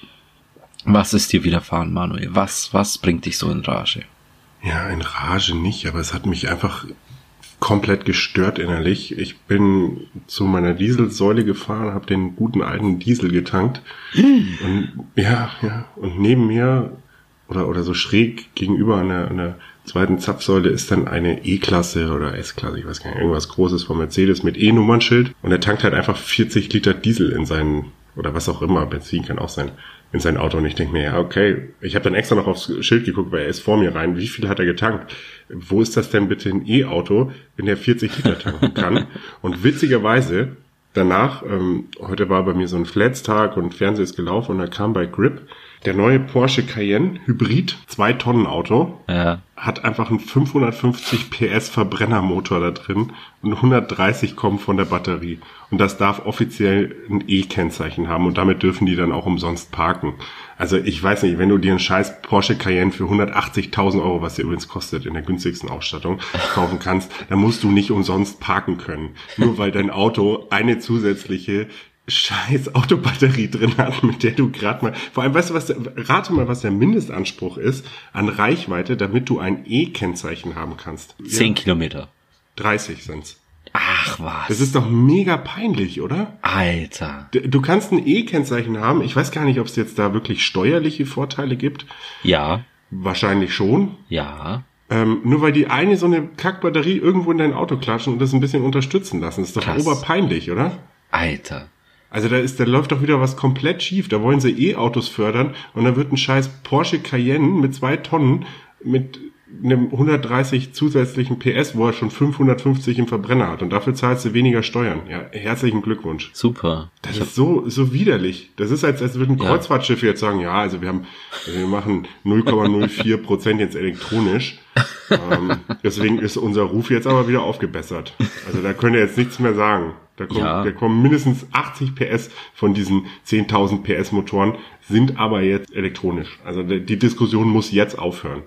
Was ist dir widerfahren, Manuel? Was, was bringt dich so in Rage? Ja, in Rage nicht, aber es hat mich einfach komplett gestört innerlich. Ich bin zu meiner Dieselsäule gefahren, habe den guten alten Diesel getankt. Und ja, ja, und neben mir oder oder so schräg gegenüber an der, an der zweiten Zapfsäule ist dann eine E-Klasse oder S-Klasse, ich weiß gar nicht, irgendwas Großes von Mercedes mit E-Nummernschild und er tankt halt einfach vierzig Liter Diesel in seinen, oder was auch immer, Benzin kann auch sein, in sein Auto und ich denke mir, ja okay, ich habe dann extra noch aufs Schild geguckt, weil er ist vor mir rein, wie viel hat er getankt? Wo ist das denn bitte ein E-Auto, wenn der vierzig Liter tanken kann? Und witzigerweise, danach, ähm, heute war bei mir so ein Flats-Tag und Fernseher ist gelaufen und da kam bei Grip der neue Porsche Cayenne Hybrid, zwei Tonnen Auto, ja. Hat einfach einen fünfhundertfünfzig P S Verbrennermotor da drin und hundertdreißig kommen von der Batterie. Und das darf offiziell ein E-Kennzeichen haben und damit dürfen die dann auch umsonst parken. Also ich weiß nicht, wenn du dir einen scheiß Porsche Cayenne für hundertachtzigtausend Euro, was der übrigens kostet, in der günstigsten Ausstattung, kaufen kannst, dann musst du nicht umsonst parken können. Nur weil dein Auto eine zusätzliche scheiß Autobatterie drin hat, mit der du gerade mal, vor allem, weißt du was, der, rate mal, was der Mindestanspruch ist an Reichweite, damit du ein E-Kennzeichen haben kannst. Zehn ja. Kilometer. dreißig sind's. Ach was. Das ist doch mega peinlich, oder? Alter. Du kannst ein E-Kennzeichen haben. Ich weiß gar nicht, ob es jetzt da wirklich steuerliche Vorteile gibt. Ja. Wahrscheinlich schon. Ja. Ähm, nur weil die eine so eine Kackbatterie irgendwo in dein Auto klatschen und das ein bisschen unterstützen lassen. Das ist doch Krass. Oberpeinlich, oder? Alter. Also da ist, da läuft doch wieder was komplett schief. Da wollen sie E-Autos fördern und dann wird ein scheiß Porsche Cayenne mit zwei Tonnen mit einem hundertdreißig zusätzlichen P S, wo er schon fünfhundertfünfzig im Verbrenner hat und dafür zahlst du weniger Steuern. Ja, herzlichen Glückwunsch. Super. Das ist so so widerlich. Das ist, als, als würde ein Kreuzfahrtschiff jetzt sagen, ja, also wir haben, also wir machen null Komma null vier Prozent jetzt elektronisch. ähm, deswegen ist unser Ruf jetzt aber wieder aufgebessert. Also da könnt ihr jetzt nichts mehr sagen. Da kommen, ja. da kommen mindestens achtzig P S von diesen zehntausend P S Motoren, sind aber jetzt elektronisch. Also die Diskussion muss jetzt aufhören.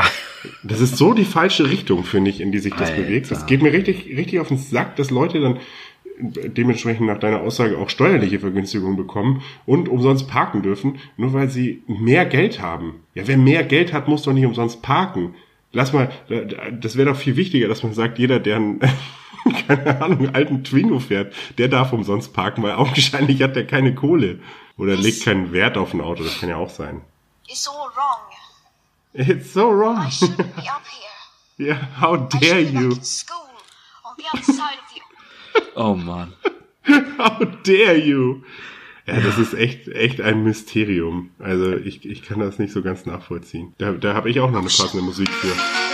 Das ist so die falsche Richtung, finde ich, in die sich das Alter. bewegt. Das geht mir richtig, richtig auf den Sack, dass Leute dann dementsprechend nach deiner Aussage auch steuerliche Vergünstigungen bekommen und umsonst parken dürfen, nur weil sie mehr Geld haben. Ja, wer mehr Geld hat, muss doch nicht umsonst parken. Lass mal, das wäre doch viel wichtiger, dass man sagt, jeder, der einen, keine Ahnung, einen alten Twingo fährt, der darf umsonst parken, weil augenscheinlich hat der keine Kohle. Oder legt keinen Wert auf ein Auto, das kann ja auch sein. It's all wrong. It's so wrong. I shouldn't be up here. Yeah, how dare I should be you? back in school, on the other side of the... Oh Mann. How dare you? Ja, das ist echt echt ein Mysterium. Also ich ich kann das nicht so ganz nachvollziehen. Da da habe ich auch noch eine passende Musik für.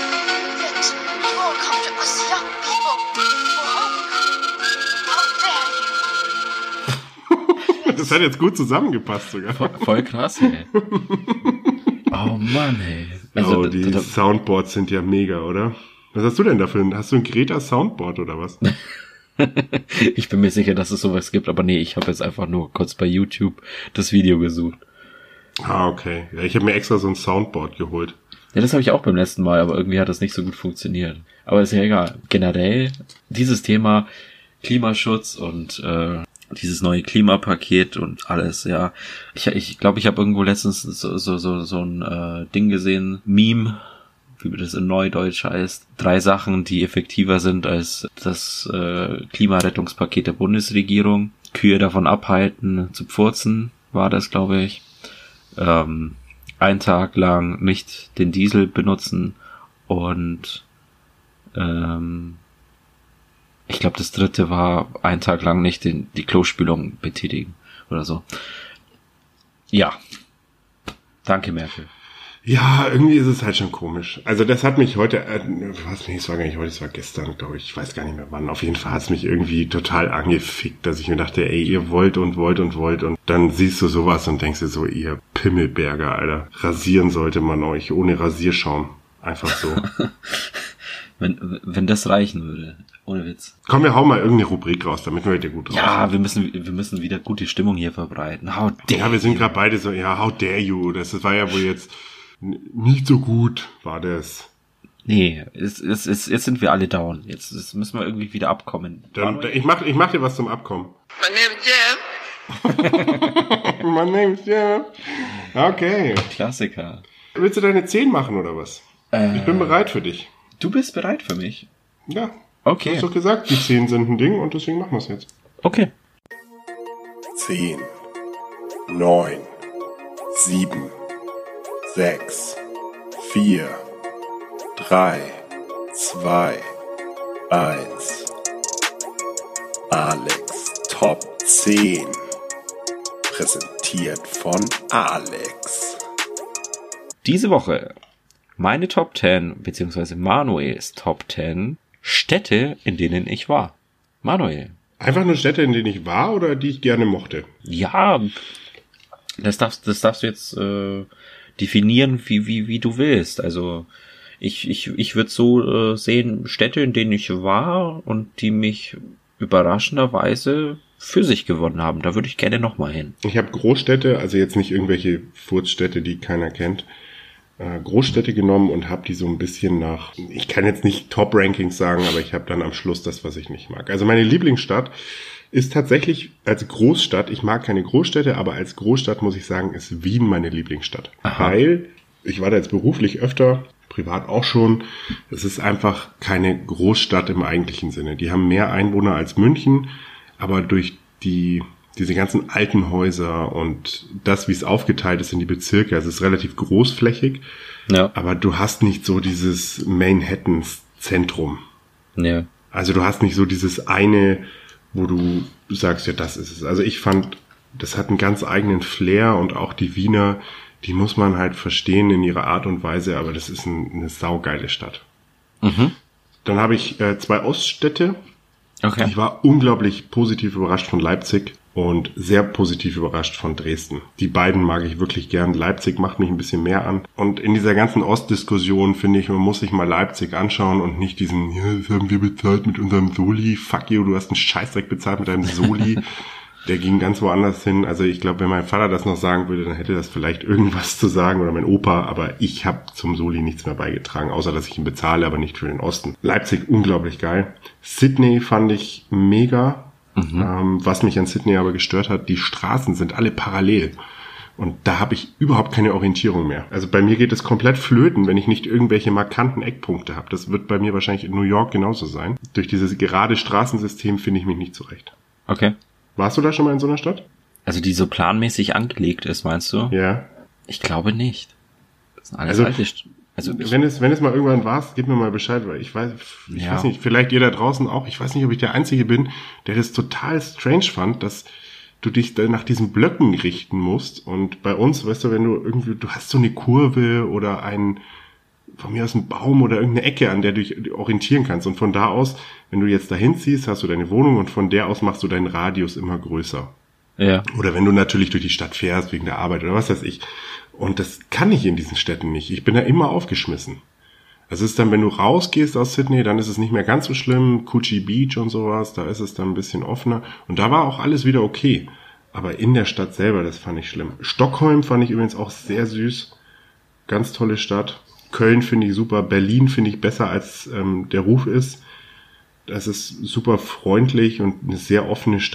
Das hat jetzt gut zusammengepasst sogar. Voll, voll krass, ey. Oh Mann, ey. Also, oh, die Soundboards sind ja mega, oder? Was hast du denn dafür? Hast du ein Greta Soundboard oder was? Ich bin mir sicher, dass es sowas gibt, aber nee, ich habe jetzt einfach nur kurz bei YouTube das Video gesucht. Ah, okay. Ja, ich habe mir extra so ein Soundboard geholt. Ja, das habe ich auch beim letzten Mal, aber irgendwie hat das nicht so gut funktioniert. Aber ist ja egal. Generell, dieses Thema Klimaschutz und äh, dieses neue Klimapaket und alles, ja. Ich glaube, ich, glaub, ich habe irgendwo letztens so, so, so, so ein äh, Ding gesehen, Meme, wie das in Neudeutsch heißt. Drei Sachen, die effektiver sind als das äh, Klimarettungspaket der Bundesregierung. Kühe davon abhalten zu pfurzen, war das, glaube ich. Ähm, einen Tag lang nicht den Diesel benutzen und ähm, ich glaube, das dritte war einen Tag lang nicht den, die Klospülung betätigen oder so. Ja. Danke, Merkel. Ja, irgendwie ist es halt schon komisch. Also das hat mich heute, äh, was nee, es war gar nicht heute, es war gestern, glaube ich, ich weiß gar nicht mehr wann. Auf jeden Fall hat es mich irgendwie total angefickt, dass ich mir dachte, ey, ihr wollt und wollt und wollt und dann siehst du sowas und denkst dir so, ihr Pimmelberger, Alter, rasieren sollte man euch ohne Rasierschaum. Einfach so. wenn, wenn das reichen würde. Ohne Witz. Komm, wir hauen mal irgendeine Rubrik raus, damit wir wieder gut raus Ja, wir müssen, wir müssen wieder gute Stimmung hier verbreiten. How dare Ja, wir sind gerade beide so, ja, how dare you. Das war ja wohl jetzt nicht so gut, war das. Nee, es, es, es, jetzt sind wir alle down. Jetzt, jetzt müssen wir irgendwie wieder abkommen. Dann, ich mach, ich mach dir was zum Abkommen. My name is Jeff. My name is Jeff. Okay. Klassiker. Willst du deine zehn machen oder was? Äh, ich bin bereit für dich. Du bist bereit für mich? Ja. Okay. Du hast doch gesagt, die zehn sind ein Ding und deswegen machen wir es jetzt. Okay. zehn, neun, sieben, sechs, vier, drei, zwei, eins. Alex Top zehn. Präsentiert von Alex. Diese Woche meine Top zehn, beziehungsweise Manuels Top zehn Städte, in denen ich war. Manuel. Einfach nur Städte, in denen ich war oder die ich gerne mochte? Ja, das darfst, das darfst du jetzt äh, definieren, wie, wie, wie du willst. Also ich, ich, ich würde so äh, sehen, Städte, in denen ich war und die mich überraschenderweise für sich gewonnen haben. Da würde ich gerne nochmal hin. Ich habe Großstädte, also jetzt nicht irgendwelche Furzstädte, die keiner kennt, äh, Großstädte genommen und habe die so ein bisschen nach, ich kann jetzt nicht Top-Rankings sagen, aber ich habe dann am Schluss das, was ich nicht mag. Also meine Lieblingsstadt ist tatsächlich als Großstadt, ich mag keine Großstädte, aber als Großstadt muss ich sagen, ist Wien meine Lieblingsstadt. Aha. Weil ich war da jetzt beruflich öfter, privat auch schon. Es ist einfach keine Großstadt im eigentlichen Sinne. Die haben mehr Einwohner als München, aber durch die diese ganzen alten Häuser und das, wie es aufgeteilt ist in die Bezirke, also es ist relativ großflächig, ja. Aber du hast nicht so dieses Manhattans-Zentrum. Ja. Also du hast nicht so dieses eine, wo du sagst, ja, das ist es. Also ich fand, das hat einen ganz eigenen Flair und auch die Wiener, die muss man halt verstehen in ihrer Art und Weise, aber das ist ein, eine saugeile Stadt. Mhm. Dann habe ich äh, zwei Oststädte. Okay. Ich war unglaublich positiv überrascht von Leipzig und sehr positiv überrascht von Dresden. Die beiden mag ich wirklich gern. Leipzig macht mich ein bisschen mehr an. Und in dieser ganzen Ostdiskussion finde ich, man muss sich mal Leipzig anschauen und nicht diesen, ja, das haben wir bezahlt mit unserem Soli. Fuck you, du hast einen Scheißdreck bezahlt mit deinem Soli. Der ging ganz woanders hin. Also ich glaube, wenn mein Vater das noch sagen würde, dann hätte das vielleicht irgendwas zu sagen oder mein Opa. Aber ich habe zum Soli nichts mehr beigetragen, außer dass ich ihn bezahle, aber nicht für den Osten. Leipzig, unglaublich geil. Sydney fand ich mega. Mhm. Ähm, was mich an Sydney aber gestört hat, die Straßen sind alle parallel. Und da habe ich überhaupt keine Orientierung mehr. Also bei mir geht es komplett flöten, wenn ich nicht irgendwelche markanten Eckpunkte habe. Das wird bei mir wahrscheinlich in New York genauso sein. Durch dieses gerade Straßensystem finde ich mich nicht zurecht. Okay. Warst du da schon mal in so einer Stadt? Also die so planmäßig angelegt ist, meinst du? Ja. Ich glaube nicht. Das sind alles also, alte St- also wenn es wenn es mal irgendwann warst, gib mir mal Bescheid, weil ich weiß, ich ja. weiß nicht, vielleicht ihr da draußen auch, ich weiß nicht, ob ich der Einzige bin, der das total strange fand, dass du dich da nach diesen Blöcken richten musst. Und bei uns, weißt du, wenn du irgendwie, du hast so eine Kurve oder einen, von mir aus einen Baum oder irgendeine Ecke, an der du dich orientieren kannst. Und von da aus, wenn du jetzt dahin ziehst, hast du deine Wohnung und von der aus machst du deinen Radius immer größer. Ja. Oder wenn du natürlich durch die Stadt fährst, wegen der Arbeit oder was weiß ich. Und das kann ich in diesen Städten nicht. Ich bin da immer aufgeschmissen. Es ist dann, wenn du rausgehst aus Sydney, dann ist es nicht mehr ganz so schlimm. Coogee Beach und sowas, da ist es dann ein bisschen offener. Und da war auch alles wieder okay. Aber in der Stadt selber, das fand ich schlimm. Stockholm fand ich übrigens auch sehr süß. Ganz tolle Stadt. Köln finde ich super. Berlin finde ich besser, als ähm, der Ruf ist. Das ist super freundlich und eine sehr offene Stadt.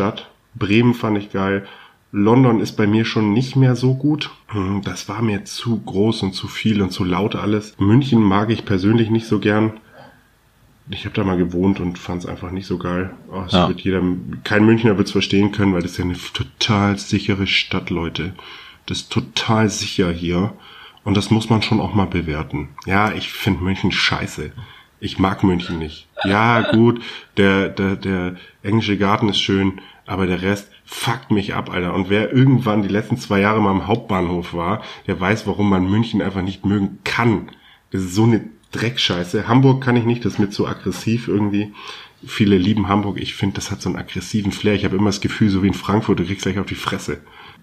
Bremen fand ich geil. London ist bei mir schon nicht mehr so gut. Das war mir zu groß und zu viel und zu laut alles. München mag ich persönlich nicht so gern. Ich habe da mal gewohnt und fand es einfach nicht so geil. Oh, es Ja. wird jeder, kein Münchner wird es verstehen können, weil das ist ja eine total sichere Stadt, Leute. Das ist total sicher hier. Und das muss man schon auch mal bewerten. Ja, ich finde München scheiße. Ich mag München nicht. Ja, gut, der, der, der englische Garten ist schön, aber der Rest fuckt mich ab, Alter. Und wer irgendwann die letzten zwei Jahre mal am Hauptbahnhof war, der weiß, warum man München einfach nicht mögen kann. Das ist so eine Dreckscheiße. Hamburg kann ich nicht, das ist mir zu aggressiv irgendwie. Viele lieben Hamburg. Ich finde, das hat so einen aggressiven Flair. Ich habe immer das Gefühl, so wie in Frankfurt, du kriegst gleich auf die Fresse.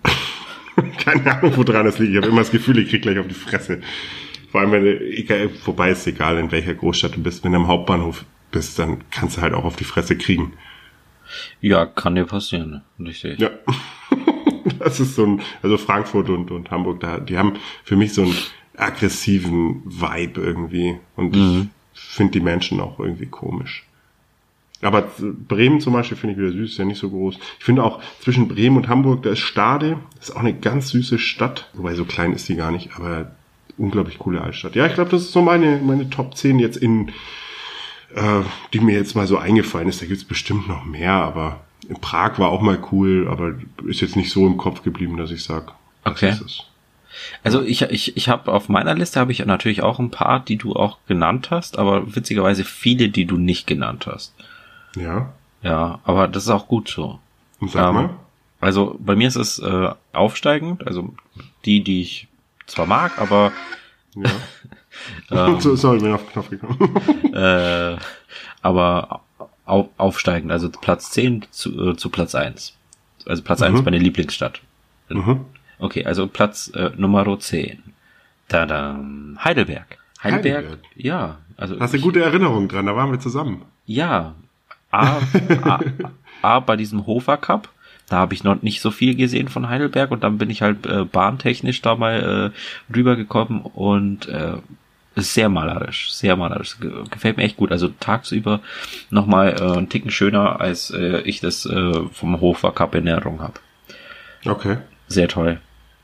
Keine Ahnung, woran das liegt. Ich habe immer das Gefühl, ich krieg gleich auf die Fresse. Vor allem, wenn du, egal, wobei es egal, in welcher Großstadt du bist, wenn du am Hauptbahnhof bist, dann kannst du halt auch auf die Fresse kriegen. Ja, kann dir passieren, richtig. Ja. Das ist so ein, also Frankfurt und, und Hamburg, da, die haben für mich so einen aggressiven Vibe irgendwie. Und Mhm. ich finde die Menschen auch irgendwie komisch. Aber Bremen zum Beispiel finde ich wieder süß, ist ja nicht so groß. Ich finde auch zwischen Bremen und Hamburg, da ist Stade, das ist auch eine ganz süße Stadt. Wobei so klein ist die gar nicht, aber unglaublich coole Altstadt. Ja, ich glaube, das ist so meine, meine Top zehn jetzt in, äh, die mir jetzt mal so eingefallen ist. Da gibt's bestimmt noch mehr, aber in Prag war auch mal cool, aber ist jetzt nicht so im Kopf geblieben, dass ich sage, Okay. das ist es. Also ich ich ich habe auf meiner Liste habe ich natürlich auch ein paar, die du auch genannt hast, aber witzigerweise viele, die du nicht genannt hast. Ja, Ja, aber das ist auch gut so. und sag Ähm, mal. Also bei mir ist es äh, aufsteigend, also die, die ich zwar mag, aber Ja. ähm, so, sorry, bin auf den Knopf gekommen. äh, aber au aufsteigend, also Platz zehn zu, äh, zu Platz eins. Also Platz eins Mhm. meine Lieblingsstadt. Mhm. Okay, also Platz äh, Nummer zehn. Da Heidelberg. Heidelberg. Heidelberg. Ja, also Hast du ich- gute Erinnerungen dran, da waren wir zusammen. Ja, A, A, A bei diesem Hofer Cup, da habe ich noch nicht so viel gesehen von Heidelberg und dann bin ich halt äh, bahntechnisch da mal äh, rübergekommen und äh, ist sehr malerisch, sehr malerisch, Ge gefällt mir echt gut. Also tagsüber nochmal äh, einen Ticken schöner, als äh, ich das äh, vom Hofer Cup in Erinnerung habe. Okay. Sehr toll.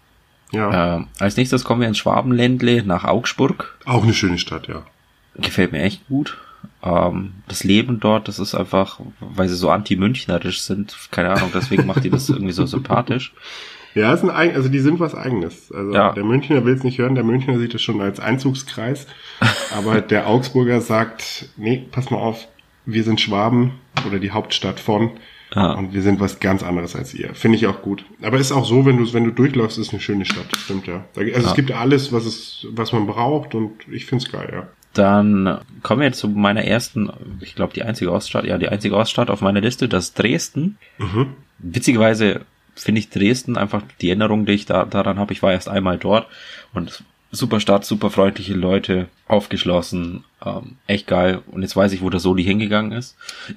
Ja. Äh, als nächstes kommen wir ins Schwabenländle nach Augsburg. Auch eine schöne Stadt, ja. Gefällt mir echt gut. Ähm, das Leben dort, das ist einfach, weil sie so anti-münchnerisch sind, keine Ahnung, deswegen macht die das irgendwie so sympathisch. Ja, ist ein eigen, also die sind was Eigenes. Also Ja. der Münchner will es nicht hören, der Münchner sieht es schon als Einzugskreis. Aber der Augsburger sagt, nee, pass mal auf, wir sind Schwaben oder die Hauptstadt von Ja. und wir sind was ganz anderes als ihr. Finde ich auch gut. Aber ist auch so, wenn du wenn du durchläufst, ist eine schöne Stadt. Stimmt, ja. Also Ja. es gibt alles, was es, was man braucht und ich find's geil, ja. Dann kommen wir jetzt zu meiner ersten, ich glaube die einzige Oststadt, ja die einzige Oststadt auf meiner Liste, das ist Dresden. Mhm. Witzigerweise finde ich Dresden einfach die Erinnerung, die ich da daran habe, ich war erst einmal dort und super Stadt, super freundliche Leute, aufgeschlossen, ähm, echt geil. Und jetzt weiß ich, wo der Soli hingegangen ist.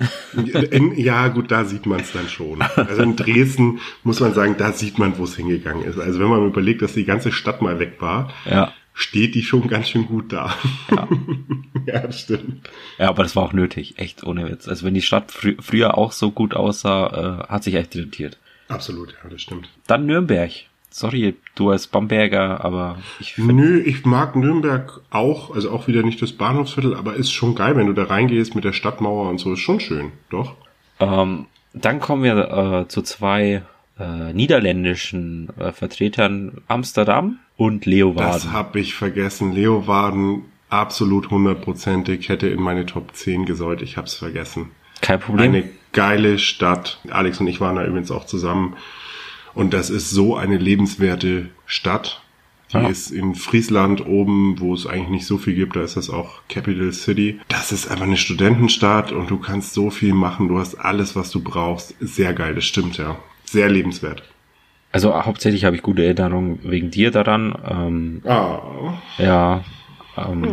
In, ja, gut, da sieht man es dann schon. Also in Dresden muss man sagen, da sieht man, wo es hingegangen ist. Also wenn man überlegt, dass die ganze Stadt mal weg war, Ja. steht die schon ganz schön gut da. Ja. Ja, das stimmt. Ja, aber das war auch nötig, echt ohne Witz. Also wenn die Stadt frü früher auch so gut aussah, äh, hat sich echt rentiert. Absolut, ja, das stimmt. Dann Nürnberg. Sorry, du als Bamberger, aber ich finde, Nö, ich mag Nürnberg auch, also auch wieder nicht das Bahnhofsviertel, aber ist schon geil, wenn du da reingehst mit der Stadtmauer und so, ist schon schön, doch. ähm, dann kommen wir äh, zu zwei äh, niederländischen äh, Vertretern, Amsterdam und Das Leeuwarden. habe ich vergessen. Leeuwarden, absolut hundertprozentig, hätte in meine Top zehn gesollt, ich hab's vergessen. Kein Problem. Eine geile Stadt. Alex und ich waren da übrigens auch zusammen. Und das ist so eine lebenswerte Stadt. Die Ja. ist in Friesland oben, wo es eigentlich nicht so viel gibt. Da ist das auch Capital City. Das ist einfach eine Studentenstadt und du kannst so viel machen. Du hast alles, was du brauchst. Sehr geil, das stimmt, ja. Sehr lebenswert. Also hauptsächlich habe ich gute Erinnerungen wegen dir daran. Ähm, Ah. ja. Ähm,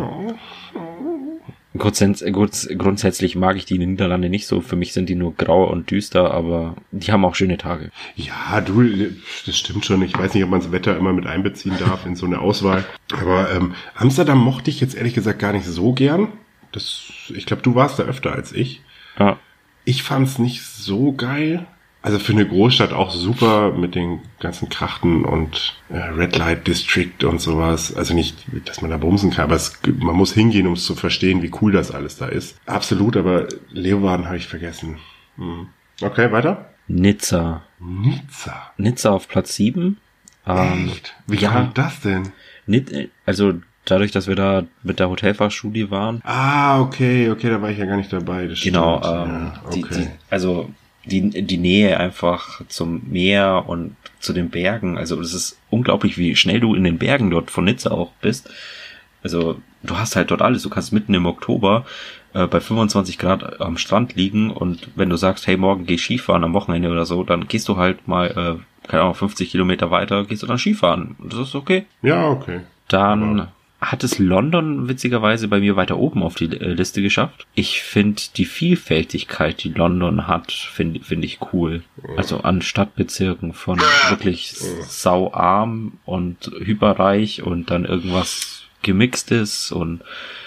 grundsätz grunds grundsätzlich mag ich die Niederlande nicht so. Für mich sind die nur grau und düster, aber die haben auch schöne Tage. Ja, du, das stimmt schon. Ich weiß nicht, ob man das Wetter immer mit einbeziehen darf in so eine Auswahl. Aber ähm, Amsterdam mochte ich jetzt ehrlich gesagt gar nicht so gern. Das, ich glaube, du warst da öfter als ich. Ja. Ich fand's nicht so geil. Also für eine Großstadt auch super mit den ganzen Krachten und äh, Red Light District und sowas. Also nicht, dass man da bumsen kann, aber es, man muss hingehen, um es zu verstehen, wie cool das alles da ist. Absolut, aber Leeuwarden habe ich vergessen. Hm. Okay, weiter? Nizza. Nizza? Nizza auf Platz sieben. Ähm, Echt? Wie ja, kommt das denn? Also dadurch, dass wir da mit der Hotelfachschule waren. Ah, okay, okay, da war ich ja gar nicht dabei. Das genau, stimmt. ähm, ja, okay. die, die, also die, die Nähe einfach zum Meer und zu den Bergen. Also es ist unglaublich, wie schnell du in den Bergen dort von Nizza auch bist. Also du hast halt dort alles. Du kannst mitten im Oktober äh, bei fünfundzwanzig Grad am Strand liegen und wenn du sagst, hey, morgen geh Skifahren am Wochenende oder so, dann gehst du halt mal, äh, keine Ahnung, fünfzig Kilometer weiter, gehst du dann Skifahren. Das ist okay. Ja, okay. Dann Aber hat es London witzigerweise bei mir weiter oben auf die äh, Liste geschafft. Ich finde die Vielfältigkeit, die London hat, finde find ich cool. Also an Stadtbezirken von wirklich sauarm und hyperreich und dann irgendwas Gemixtes und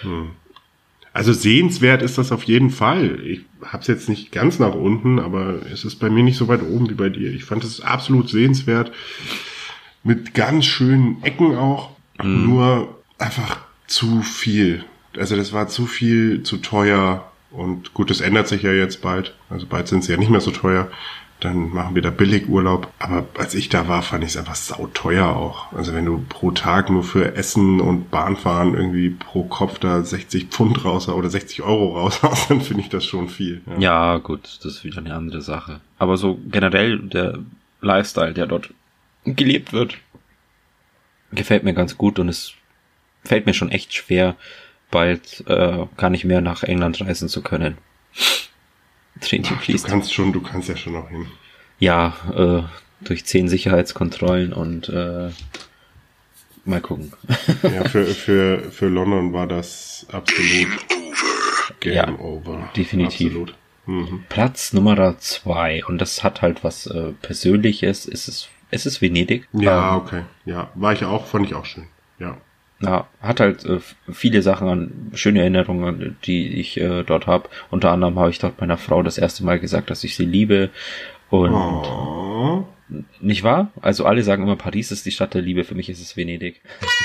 also sehenswert ist das auf jeden Fall. Ich hab's jetzt nicht ganz nach unten, aber es ist bei mir nicht so weit oben wie bei dir. Ich fand es absolut sehenswert. Mit ganz schönen Ecken auch. Mhm. Nur einfach zu viel. Also das war zu viel, zu teuer. Und gut, das ändert sich ja jetzt bald. Also bald sind sie ja nicht mehr so teuer. Dann machen wir da Billigurlaub. Aber als ich da war, fand ich es einfach sauteuer auch. Also wenn du pro Tag nur für Essen und Bahnfahren irgendwie pro Kopf da sechzig Pfund raus oder sechzig Euro raus hast, dann finde ich das schon viel. Ja. ja, gut, das ist wieder eine andere Sache. Aber so generell der Lifestyle, der dort gelebt wird, gefällt mir ganz gut und es fällt mir schon echt schwer, bald äh, gar nicht mehr nach England reisen zu können. Ach, du kannst schon, du kannst ja schon noch hin. Ja, äh, durch zehn Sicherheitskontrollen und äh, mal gucken. Ja, für für für London war das absolut Game ja, over. Definitiv. Absolut. Mhm. Platz Nummer zwei und das hat halt was äh, Persönliches. Es ist es ist Venedig. Ja, ähm, okay. Ja, war ich auch, fand ich auch schön. Ja. Ja, hat halt äh, viele Sachen an, schöne Erinnerungen, die ich äh, dort habe. Unter anderem habe ich dort meiner Frau das erste Mal gesagt, dass ich sie liebe. Und Oh. nicht wahr? Also alle sagen immer, Paris ist die Stadt der Liebe. Für mich ist es Venedig.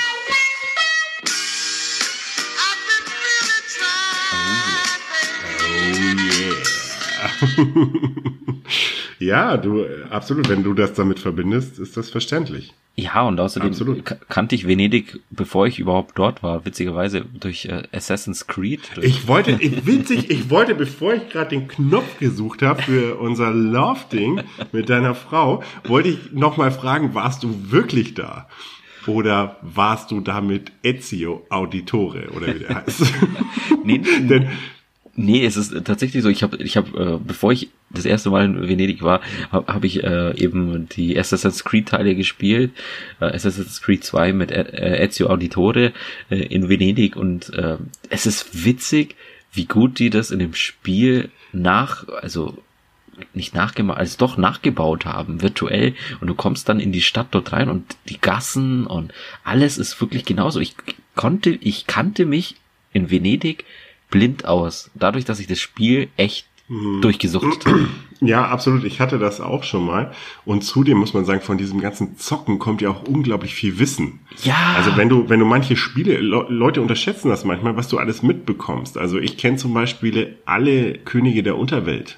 Ja, du, absolut. Wenn du das damit verbindest, ist das verständlich. Ja, und außerdem k- kannte ich Venedig, bevor ich überhaupt dort war, witzigerweise durch äh, Assassin's Creed. Durch Ich wollte, ich, witzig, ich wollte, bevor ich gerade den Knopf gesucht habe für unser Love-Ding mit deiner Frau, wollte ich nochmal fragen, warst du wirklich da? Oder warst du da mit Ezio Auditore, oder wie der heißt? nee, Denn Nee, es ist tatsächlich so, ich habe, ich hab, äh, bevor ich das erste Mal in Venedig war, habe hab ich äh, eben die Assassin's Creed Teile gespielt, äh, Assassin's Creed zwei mit äh, Ezio Auditore äh, in Venedig und äh, es ist witzig, wie gut die das in dem Spiel nach, also nicht nachgemacht, also doch nachgebaut haben, virtuell, und du kommst dann in die Stadt dort rein und die Gassen und alles ist wirklich genauso. Ich konnte, ich kannte mich in Venedig blind aus, dadurch, dass ich das Spiel echt hm. durchgesuchtet habe. Ja, absolut. Ich hatte das auch schon mal. Und zudem muss man sagen, von diesem ganzen Zocken kommt ja auch unglaublich viel Wissen. Ja. Also wenn du, wenn du manche Spiele, Le- Leute unterschätzen das manchmal, was du alles mitbekommst. Also ich kenne zum Beispiel alle Könige der Unterwelt.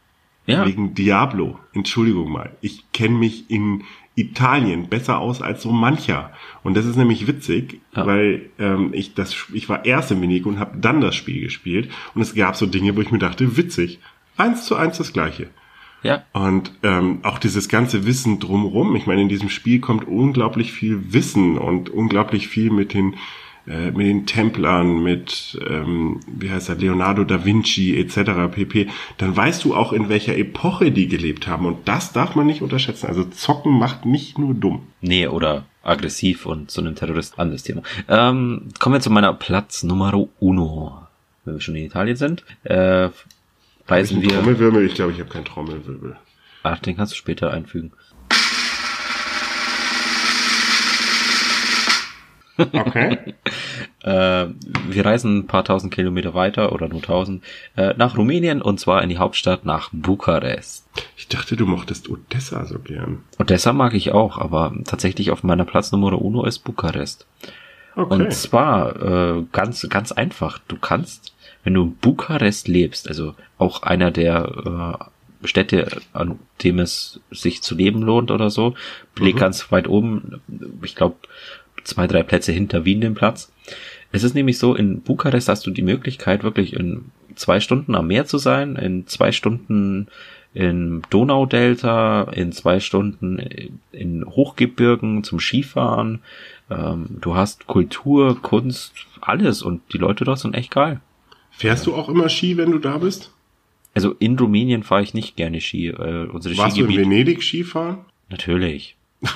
Ja. Wegen Diablo. Entschuldigung mal. Ich kenne mich in Italien besser aus als so mancher. Und das ist nämlich witzig, ja. weil ähm, ich das ich war erst in Venedig und habe dann das Spiel gespielt. Und es gab so Dinge, wo ich mir dachte, witzig. Eins zu eins das Gleiche. Ja. Und ähm, auch dieses ganze Wissen drumherum. Ich meine, in diesem Spiel kommt unglaublich viel Wissen und unglaublich viel mit den äh, mit den Templern, mit ähm, wie heißt er, Leonardo da Vinci et cetera pp. Dann weißt du auch, in welcher Epoche die gelebt haben. Und das darf man nicht unterschätzen. Also Zocken macht nicht nur dumm. Nee, oder aggressiv und zu einem Terrorist. Anderes Thema. Ähm, kommen wir zu meiner Platz Numero uno. Wenn wir schon in Italien sind. Äh, reisen wir... Trommelwirbel? Ich glaube, ich habe keinen Trommelwirbel. Ach, den kannst du später einfügen. Okay. Äh, wir reisen ein paar tausend Kilometer weiter oder nur tausend äh, nach Rumänien und zwar in die Hauptstadt nach Bukarest. Ich dachte, du mochtest Odessa so gern. Odessa mag ich auch, aber tatsächlich auf meiner Platznummer uno ist Bukarest. Okay. Und zwar äh, ganz ganz einfach. Du kannst, wenn du in Bukarest lebst, also auch einer der äh, Städte, an dem es sich zu leben lohnt oder so, belegt mhm. ganz weit oben, ich glaube zwei, drei Plätze hinter Wien den Platz. Es ist nämlich so, in Bukarest hast du die Möglichkeit, wirklich in zwei Stunden am Meer zu sein, in zwei Stunden im Donaudelta, in zwei Stunden in Hochgebirgen zum Skifahren. Ähm, du hast Kultur, Kunst, alles und die Leute dort sind echt geil. Fährst du auch immer Ski, wenn du da bist? Also in Rumänien fahre ich nicht gerne Ski. Äh, unsere Warst Skigebiet, du in Venedig Skifahren? Natürlich.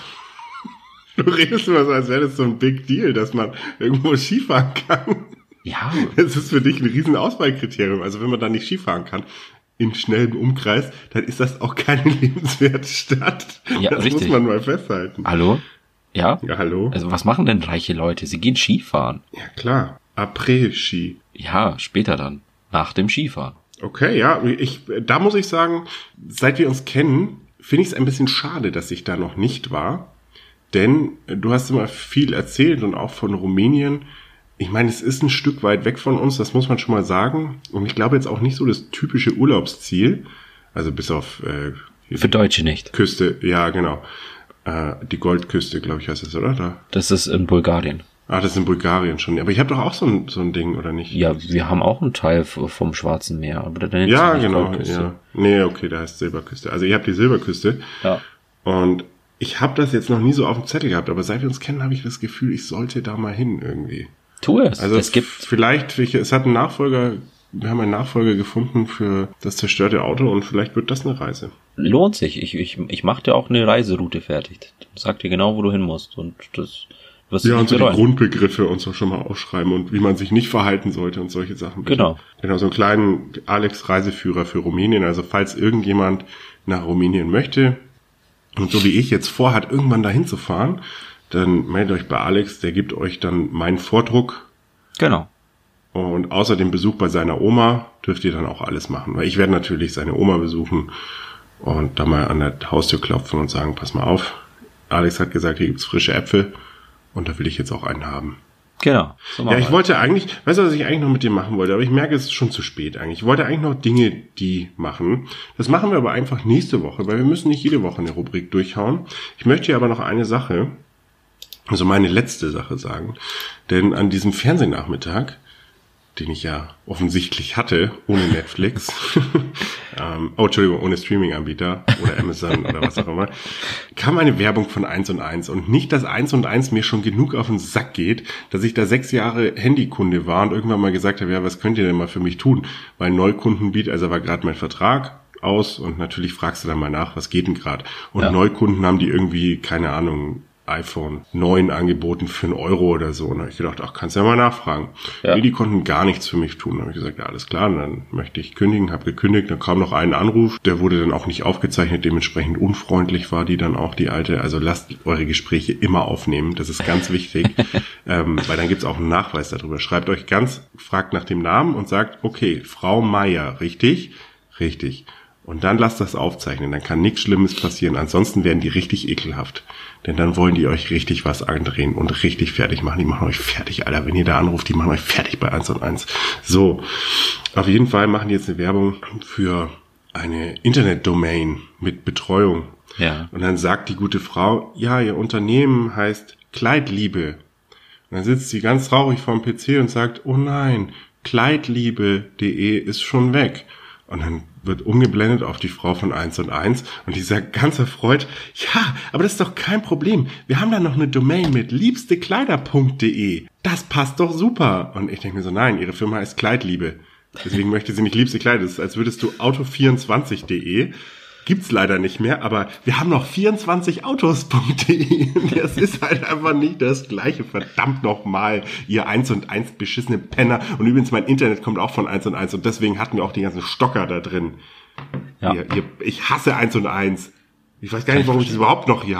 Du redest immer so, als wäre das so ein Big Deal, dass man irgendwo Skifahren kann. Ja. Das ist für dich ein riesen Auswahlkriterium. Also wenn man da nicht Skifahren kann, in schnellem Umkreis, dann ist das auch keine lebenswerte Stadt. Ja, das richtig. muss man mal festhalten. Hallo? Ja? Ja, hallo? Also was machen denn reiche Leute? Sie gehen Skifahren. Ja, klar. Après-Ski. Ja, später dann. Nach dem Skifahren. Okay, ja. Ich, da muss ich sagen, seit wir uns kennen, finde ich es ein bisschen schade, dass ich da noch nicht war. Denn du hast immer viel erzählt und auch von Rumänien. Ich meine, es ist ein Stück weit weg von uns, das muss man schon mal sagen. Und ich glaube jetzt auch nicht so das typische Urlaubsziel. Also bis auf äh, für Deutsche nicht. Küste, ja genau. Äh, die Goldküste, glaube ich, heißt es, oder? Da. Das ist in Bulgarien. Ah, das ist in Bulgarien schon. Aber ich habe doch auch so ein, so ein Ding, oder nicht? Ja, wir haben auch einen Teil vom Schwarzen Meer. Aber da nennt ja, sich nicht genau. Goldküste. Ja. Nee, okay, da heißt Silberküste. Also ihr habt die Silberküste. Ja. Und ich habe das jetzt noch nie so auf dem Zettel gehabt, aber seit wir uns kennen, habe ich das Gefühl, ich sollte da mal hin irgendwie. Tu es. Also es gibt vielleicht, es hat einen Nachfolger, wir haben einen Nachfolger gefunden für das zerstörte Auto und vielleicht wird das eine Reise. Lohnt sich. Ich, ich, ich mache dir auch eine Reiseroute fertig. Sag dir genau, wo du hin musst und das wirst du ja, nicht und so bereuen. die Grundbegriffe und so schon mal ausschreiben und wie man sich nicht verhalten sollte und solche Sachen. Bitte. Genau. Genau, so einen kleinen Alex-Reiseführer für Rumänien. Also falls irgendjemand nach Rumänien möchte, und so wie ich jetzt vorhat, irgendwann dahin zu fahren, dann meldet euch bei Alex, der gibt euch dann meinen Vordruck. Genau. Und außer dem Besuch bei seiner Oma dürft ihr dann auch alles machen. Weil ich werde natürlich seine Oma besuchen und da mal an der Haustür klopfen und sagen, pass mal auf, Alex hat gesagt, hier gibt's frische Äpfel und da will ich jetzt auch einen haben. Genau. So ja, ich wir. wollte eigentlich, weißt du, was ich eigentlich noch mit dir machen wollte, aber ich merke, es ist schon zu spät eigentlich. Ich wollte eigentlich noch Dinge, die machen. Das machen wir aber einfach nächste Woche, weil wir müssen nicht jede Woche eine Rubrik durchhauen. Ich möchte hier aber noch eine Sache, also meine letzte Sache sagen, denn an diesem Fernsehnachmittag, den ich ja offensichtlich hatte, ohne Netflix, ähm, oh, Entschuldigung, ohne Streaming-Anbieter oder Amazon oder was auch immer, kam eine Werbung von eins und eins und nicht, dass eins und eins mir schon genug auf den Sack geht, dass ich da sechs Jahre Handykunde war und irgendwann mal gesagt habe, ja, was könnt ihr denn mal für mich tun? Weil Neukundenbeat, also war gerade mein Vertrag aus und natürlich fragst du dann mal nach, was geht denn gerade? Und ja. Neukunden haben die irgendwie, keine Ahnung, iPhone neun angeboten für einen Euro oder so. Und da habe ich gedacht, ach, kannst du ja mal nachfragen. Ja. Nee, die konnten gar nichts für mich tun. Da habe ich gesagt, ja, alles klar, und dann möchte ich kündigen, habe gekündigt. Dann kam noch ein Anruf, der wurde dann auch nicht aufgezeichnet, dementsprechend unfreundlich war die dann auch, die alte. Also lasst eure Gespräche immer aufnehmen, das ist ganz wichtig, ähm, weil dann gibt's auch einen Nachweis darüber. Schreibt euch ganz, fragt nach dem Namen und sagt, okay, Frau Meier, richtig? Richtig. Und dann lasst das aufzeichnen, dann kann nichts Schlimmes passieren. Ansonsten werden die richtig ekelhaft. Denn dann wollen die euch richtig was andrehen und richtig fertig machen. Die machen euch fertig, Alter. Wenn ihr da anruft, die machen euch fertig bei eins und eins. So, auf jeden Fall machen die jetzt eine Werbung für eine Internetdomain mit Betreuung. Ja. Und dann sagt die gute Frau, ja, ihr Unternehmen heißt Kleidliebe. Und dann sitzt sie ganz traurig vorm P C und sagt, oh nein, kleidliebe punkt de ist schon weg. Und dann wird umgeblendet auf die Frau von eins und eins und die sagt ganz erfreut, ja, aber das ist doch kein Problem. Wir haben da noch eine Domain mit liebstekleider punkt de. Das passt doch super. Und ich denke mir so, nein, ihre Firma heißt Kleidliebe. Deswegen möchte sie nicht liebste Kleider. Das ist, als würdest du auto vierundzwanzig punkt de. Gibt's leider nicht mehr, aber wir haben noch vierundzwanzig autos punkt de. Das ist halt einfach nicht das Gleiche. Verdammt nochmal, ihr eins und eins beschissene Penner. Und übrigens, mein Internet kommt auch von eins und eins und deswegen hatten wir auch die ganzen Stocker da drin. Ja. Ihr, ihr, ich hasse eins und eins. Ich weiß gar nicht, warum ich das überhaupt noch hier hab.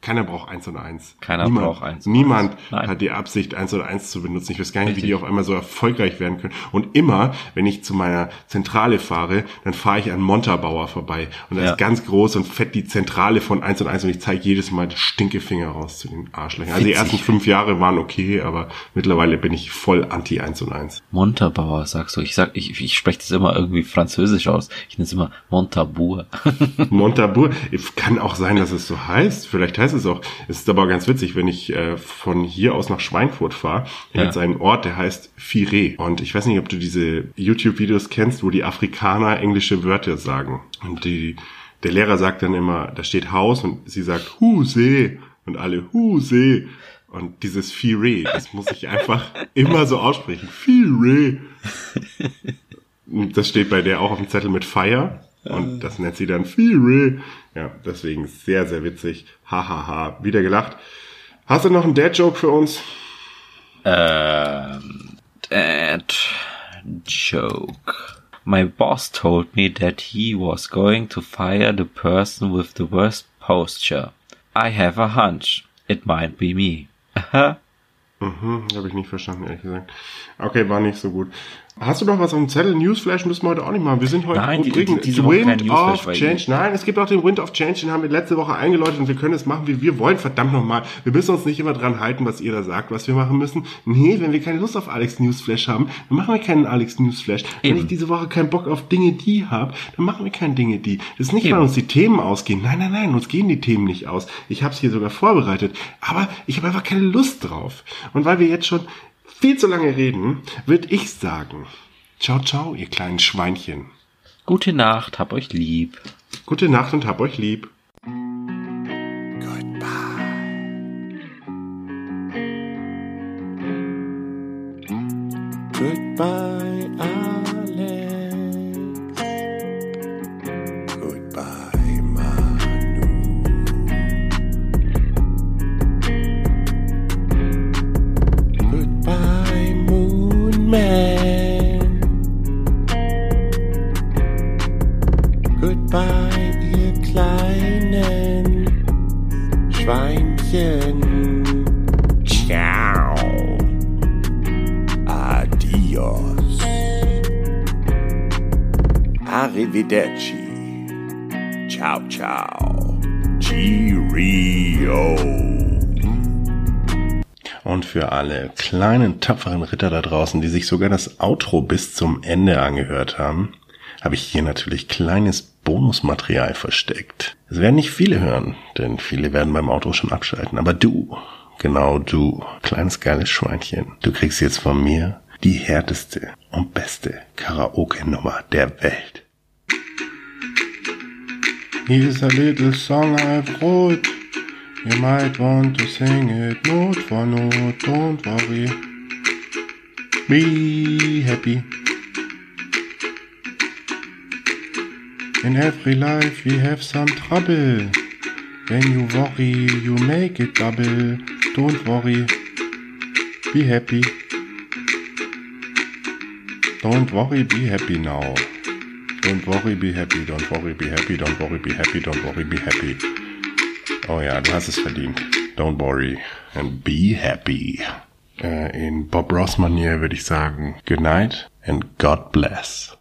Keiner braucht eins und eins. Keiner niemand, braucht eins. Niemand Nein. hat die Absicht, eins und eins zu benutzen. Ich weiß gar nicht, Richtig. wie die auf einmal so erfolgreich werden können. Und immer, wenn ich zu meiner Zentrale fahre, dann fahre ich an Montabaur vorbei. Und da Ja. ist ganz groß und fett die Zentrale von eins und eins und ich zeige jedes Mal die Stinkefinger raus zu den Arschlöchern. Also die Witzig. ersten fünf Jahre waren okay, aber mittlerweile bin ich voll anti eins und eins. Montabaur, sagst du. Ich sag, ich, ich spreche das immer irgendwie französisch aus. Ich nenne es immer Montabaur. Montabaur. Kann auch sein, dass es so heißt. Vielleicht heißt es auch. Es ist aber ganz witzig, wenn ich äh, von hier aus nach Schweinfurt fahre. Ja. Jetzt einen Ort, der heißt Firé. Und ich weiß nicht, ob du diese YouTube-Videos kennst, wo die Afrikaner englische Wörter sagen. Und die, der Lehrer sagt dann immer, da steht Haus und sie sagt Huse. Und alle Huse. Und dieses Firé, das muss ich einfach immer so aussprechen. Firé. Und das steht bei der auch auf dem Zettel mit Fire. Und das nennt sie dann Firé. Ja, deswegen sehr, sehr witzig. Hahaha, ha, ha. Wieder gelacht. Hast du noch einen Dad-Joke für uns? Ähm, Dad joke. My boss told me that he was going to fire the person with the worst posture. I have a hunch. It might be me. Aha. Mhm, habe ich nicht verstanden, ehrlich gesagt. Okay, war nicht so gut. Hast du noch was auf dem Zettel? Newsflash müssen wir heute auch nicht machen. Wir sind heute Nein, die, die, Rubriken. diese Woche kein Wind Newsflash, of weil Change. Nein, es gibt auch den Wind of Change, den haben wir letzte Woche eingeläutet und wir können es machen, wie wir wollen. Verdammt nochmal. Wir müssen uns nicht immer dran halten, was ihr da sagt, was wir machen müssen. Nee, wenn wir keine Lust auf Alex Newsflash haben, dann machen wir keinen Alex Newsflash. Wenn Eben. ich diese Woche keinen Bock auf Dinge, die habe, dann machen wir keine Dinge, die. Das ist nicht, Eben. weil uns die Themen ausgehen. Nein, nein, nein, uns gehen die Themen nicht aus. Ich habe es hier sogar vorbereitet. Aber ich habe einfach keine Lust drauf. Und weil wir jetzt schon viel zu lange reden, würde ich sagen, ciao, ciao, ihr kleinen Schweinchen. Gute Nacht, hab euch lieb. Gute Nacht und hab euch lieb. Goodbye, Alex. Goodbye, Manu. Goodbye, Moon Man. Goodbye, ihr kleinen Schweinchen. Ciao. Adios. Arrivederci. Ciao, ciao. Cheerio. Und für alle kleinen, tapferen Ritter da draußen, die sich sogar das Outro bis zum Ende angehört haben, habe ich hier natürlich kleines Bonusmaterial versteckt. Es werden nicht viele hören, denn viele werden beim Outro schon abschalten. Aber du, genau du, kleines geiles Schweinchen, du kriegst jetzt von mir die härteste und beste Karaoke-Nummer der Welt. Here's a little song I've wrote. You might want to sing it note for note, don't worry. Be happy. In every life we have some trouble. When you worry, you make it double. Don't worry. Be happy. Don't worry, be happy now. Don't worry, be happy. Don't worry, be happy. Don't worry, be happy. Don't worry, be happy. Oh ja, du hast es verdient. Don't worry and be happy. Äh, in Bob Ross Manier würde ich sagen, good night and God bless.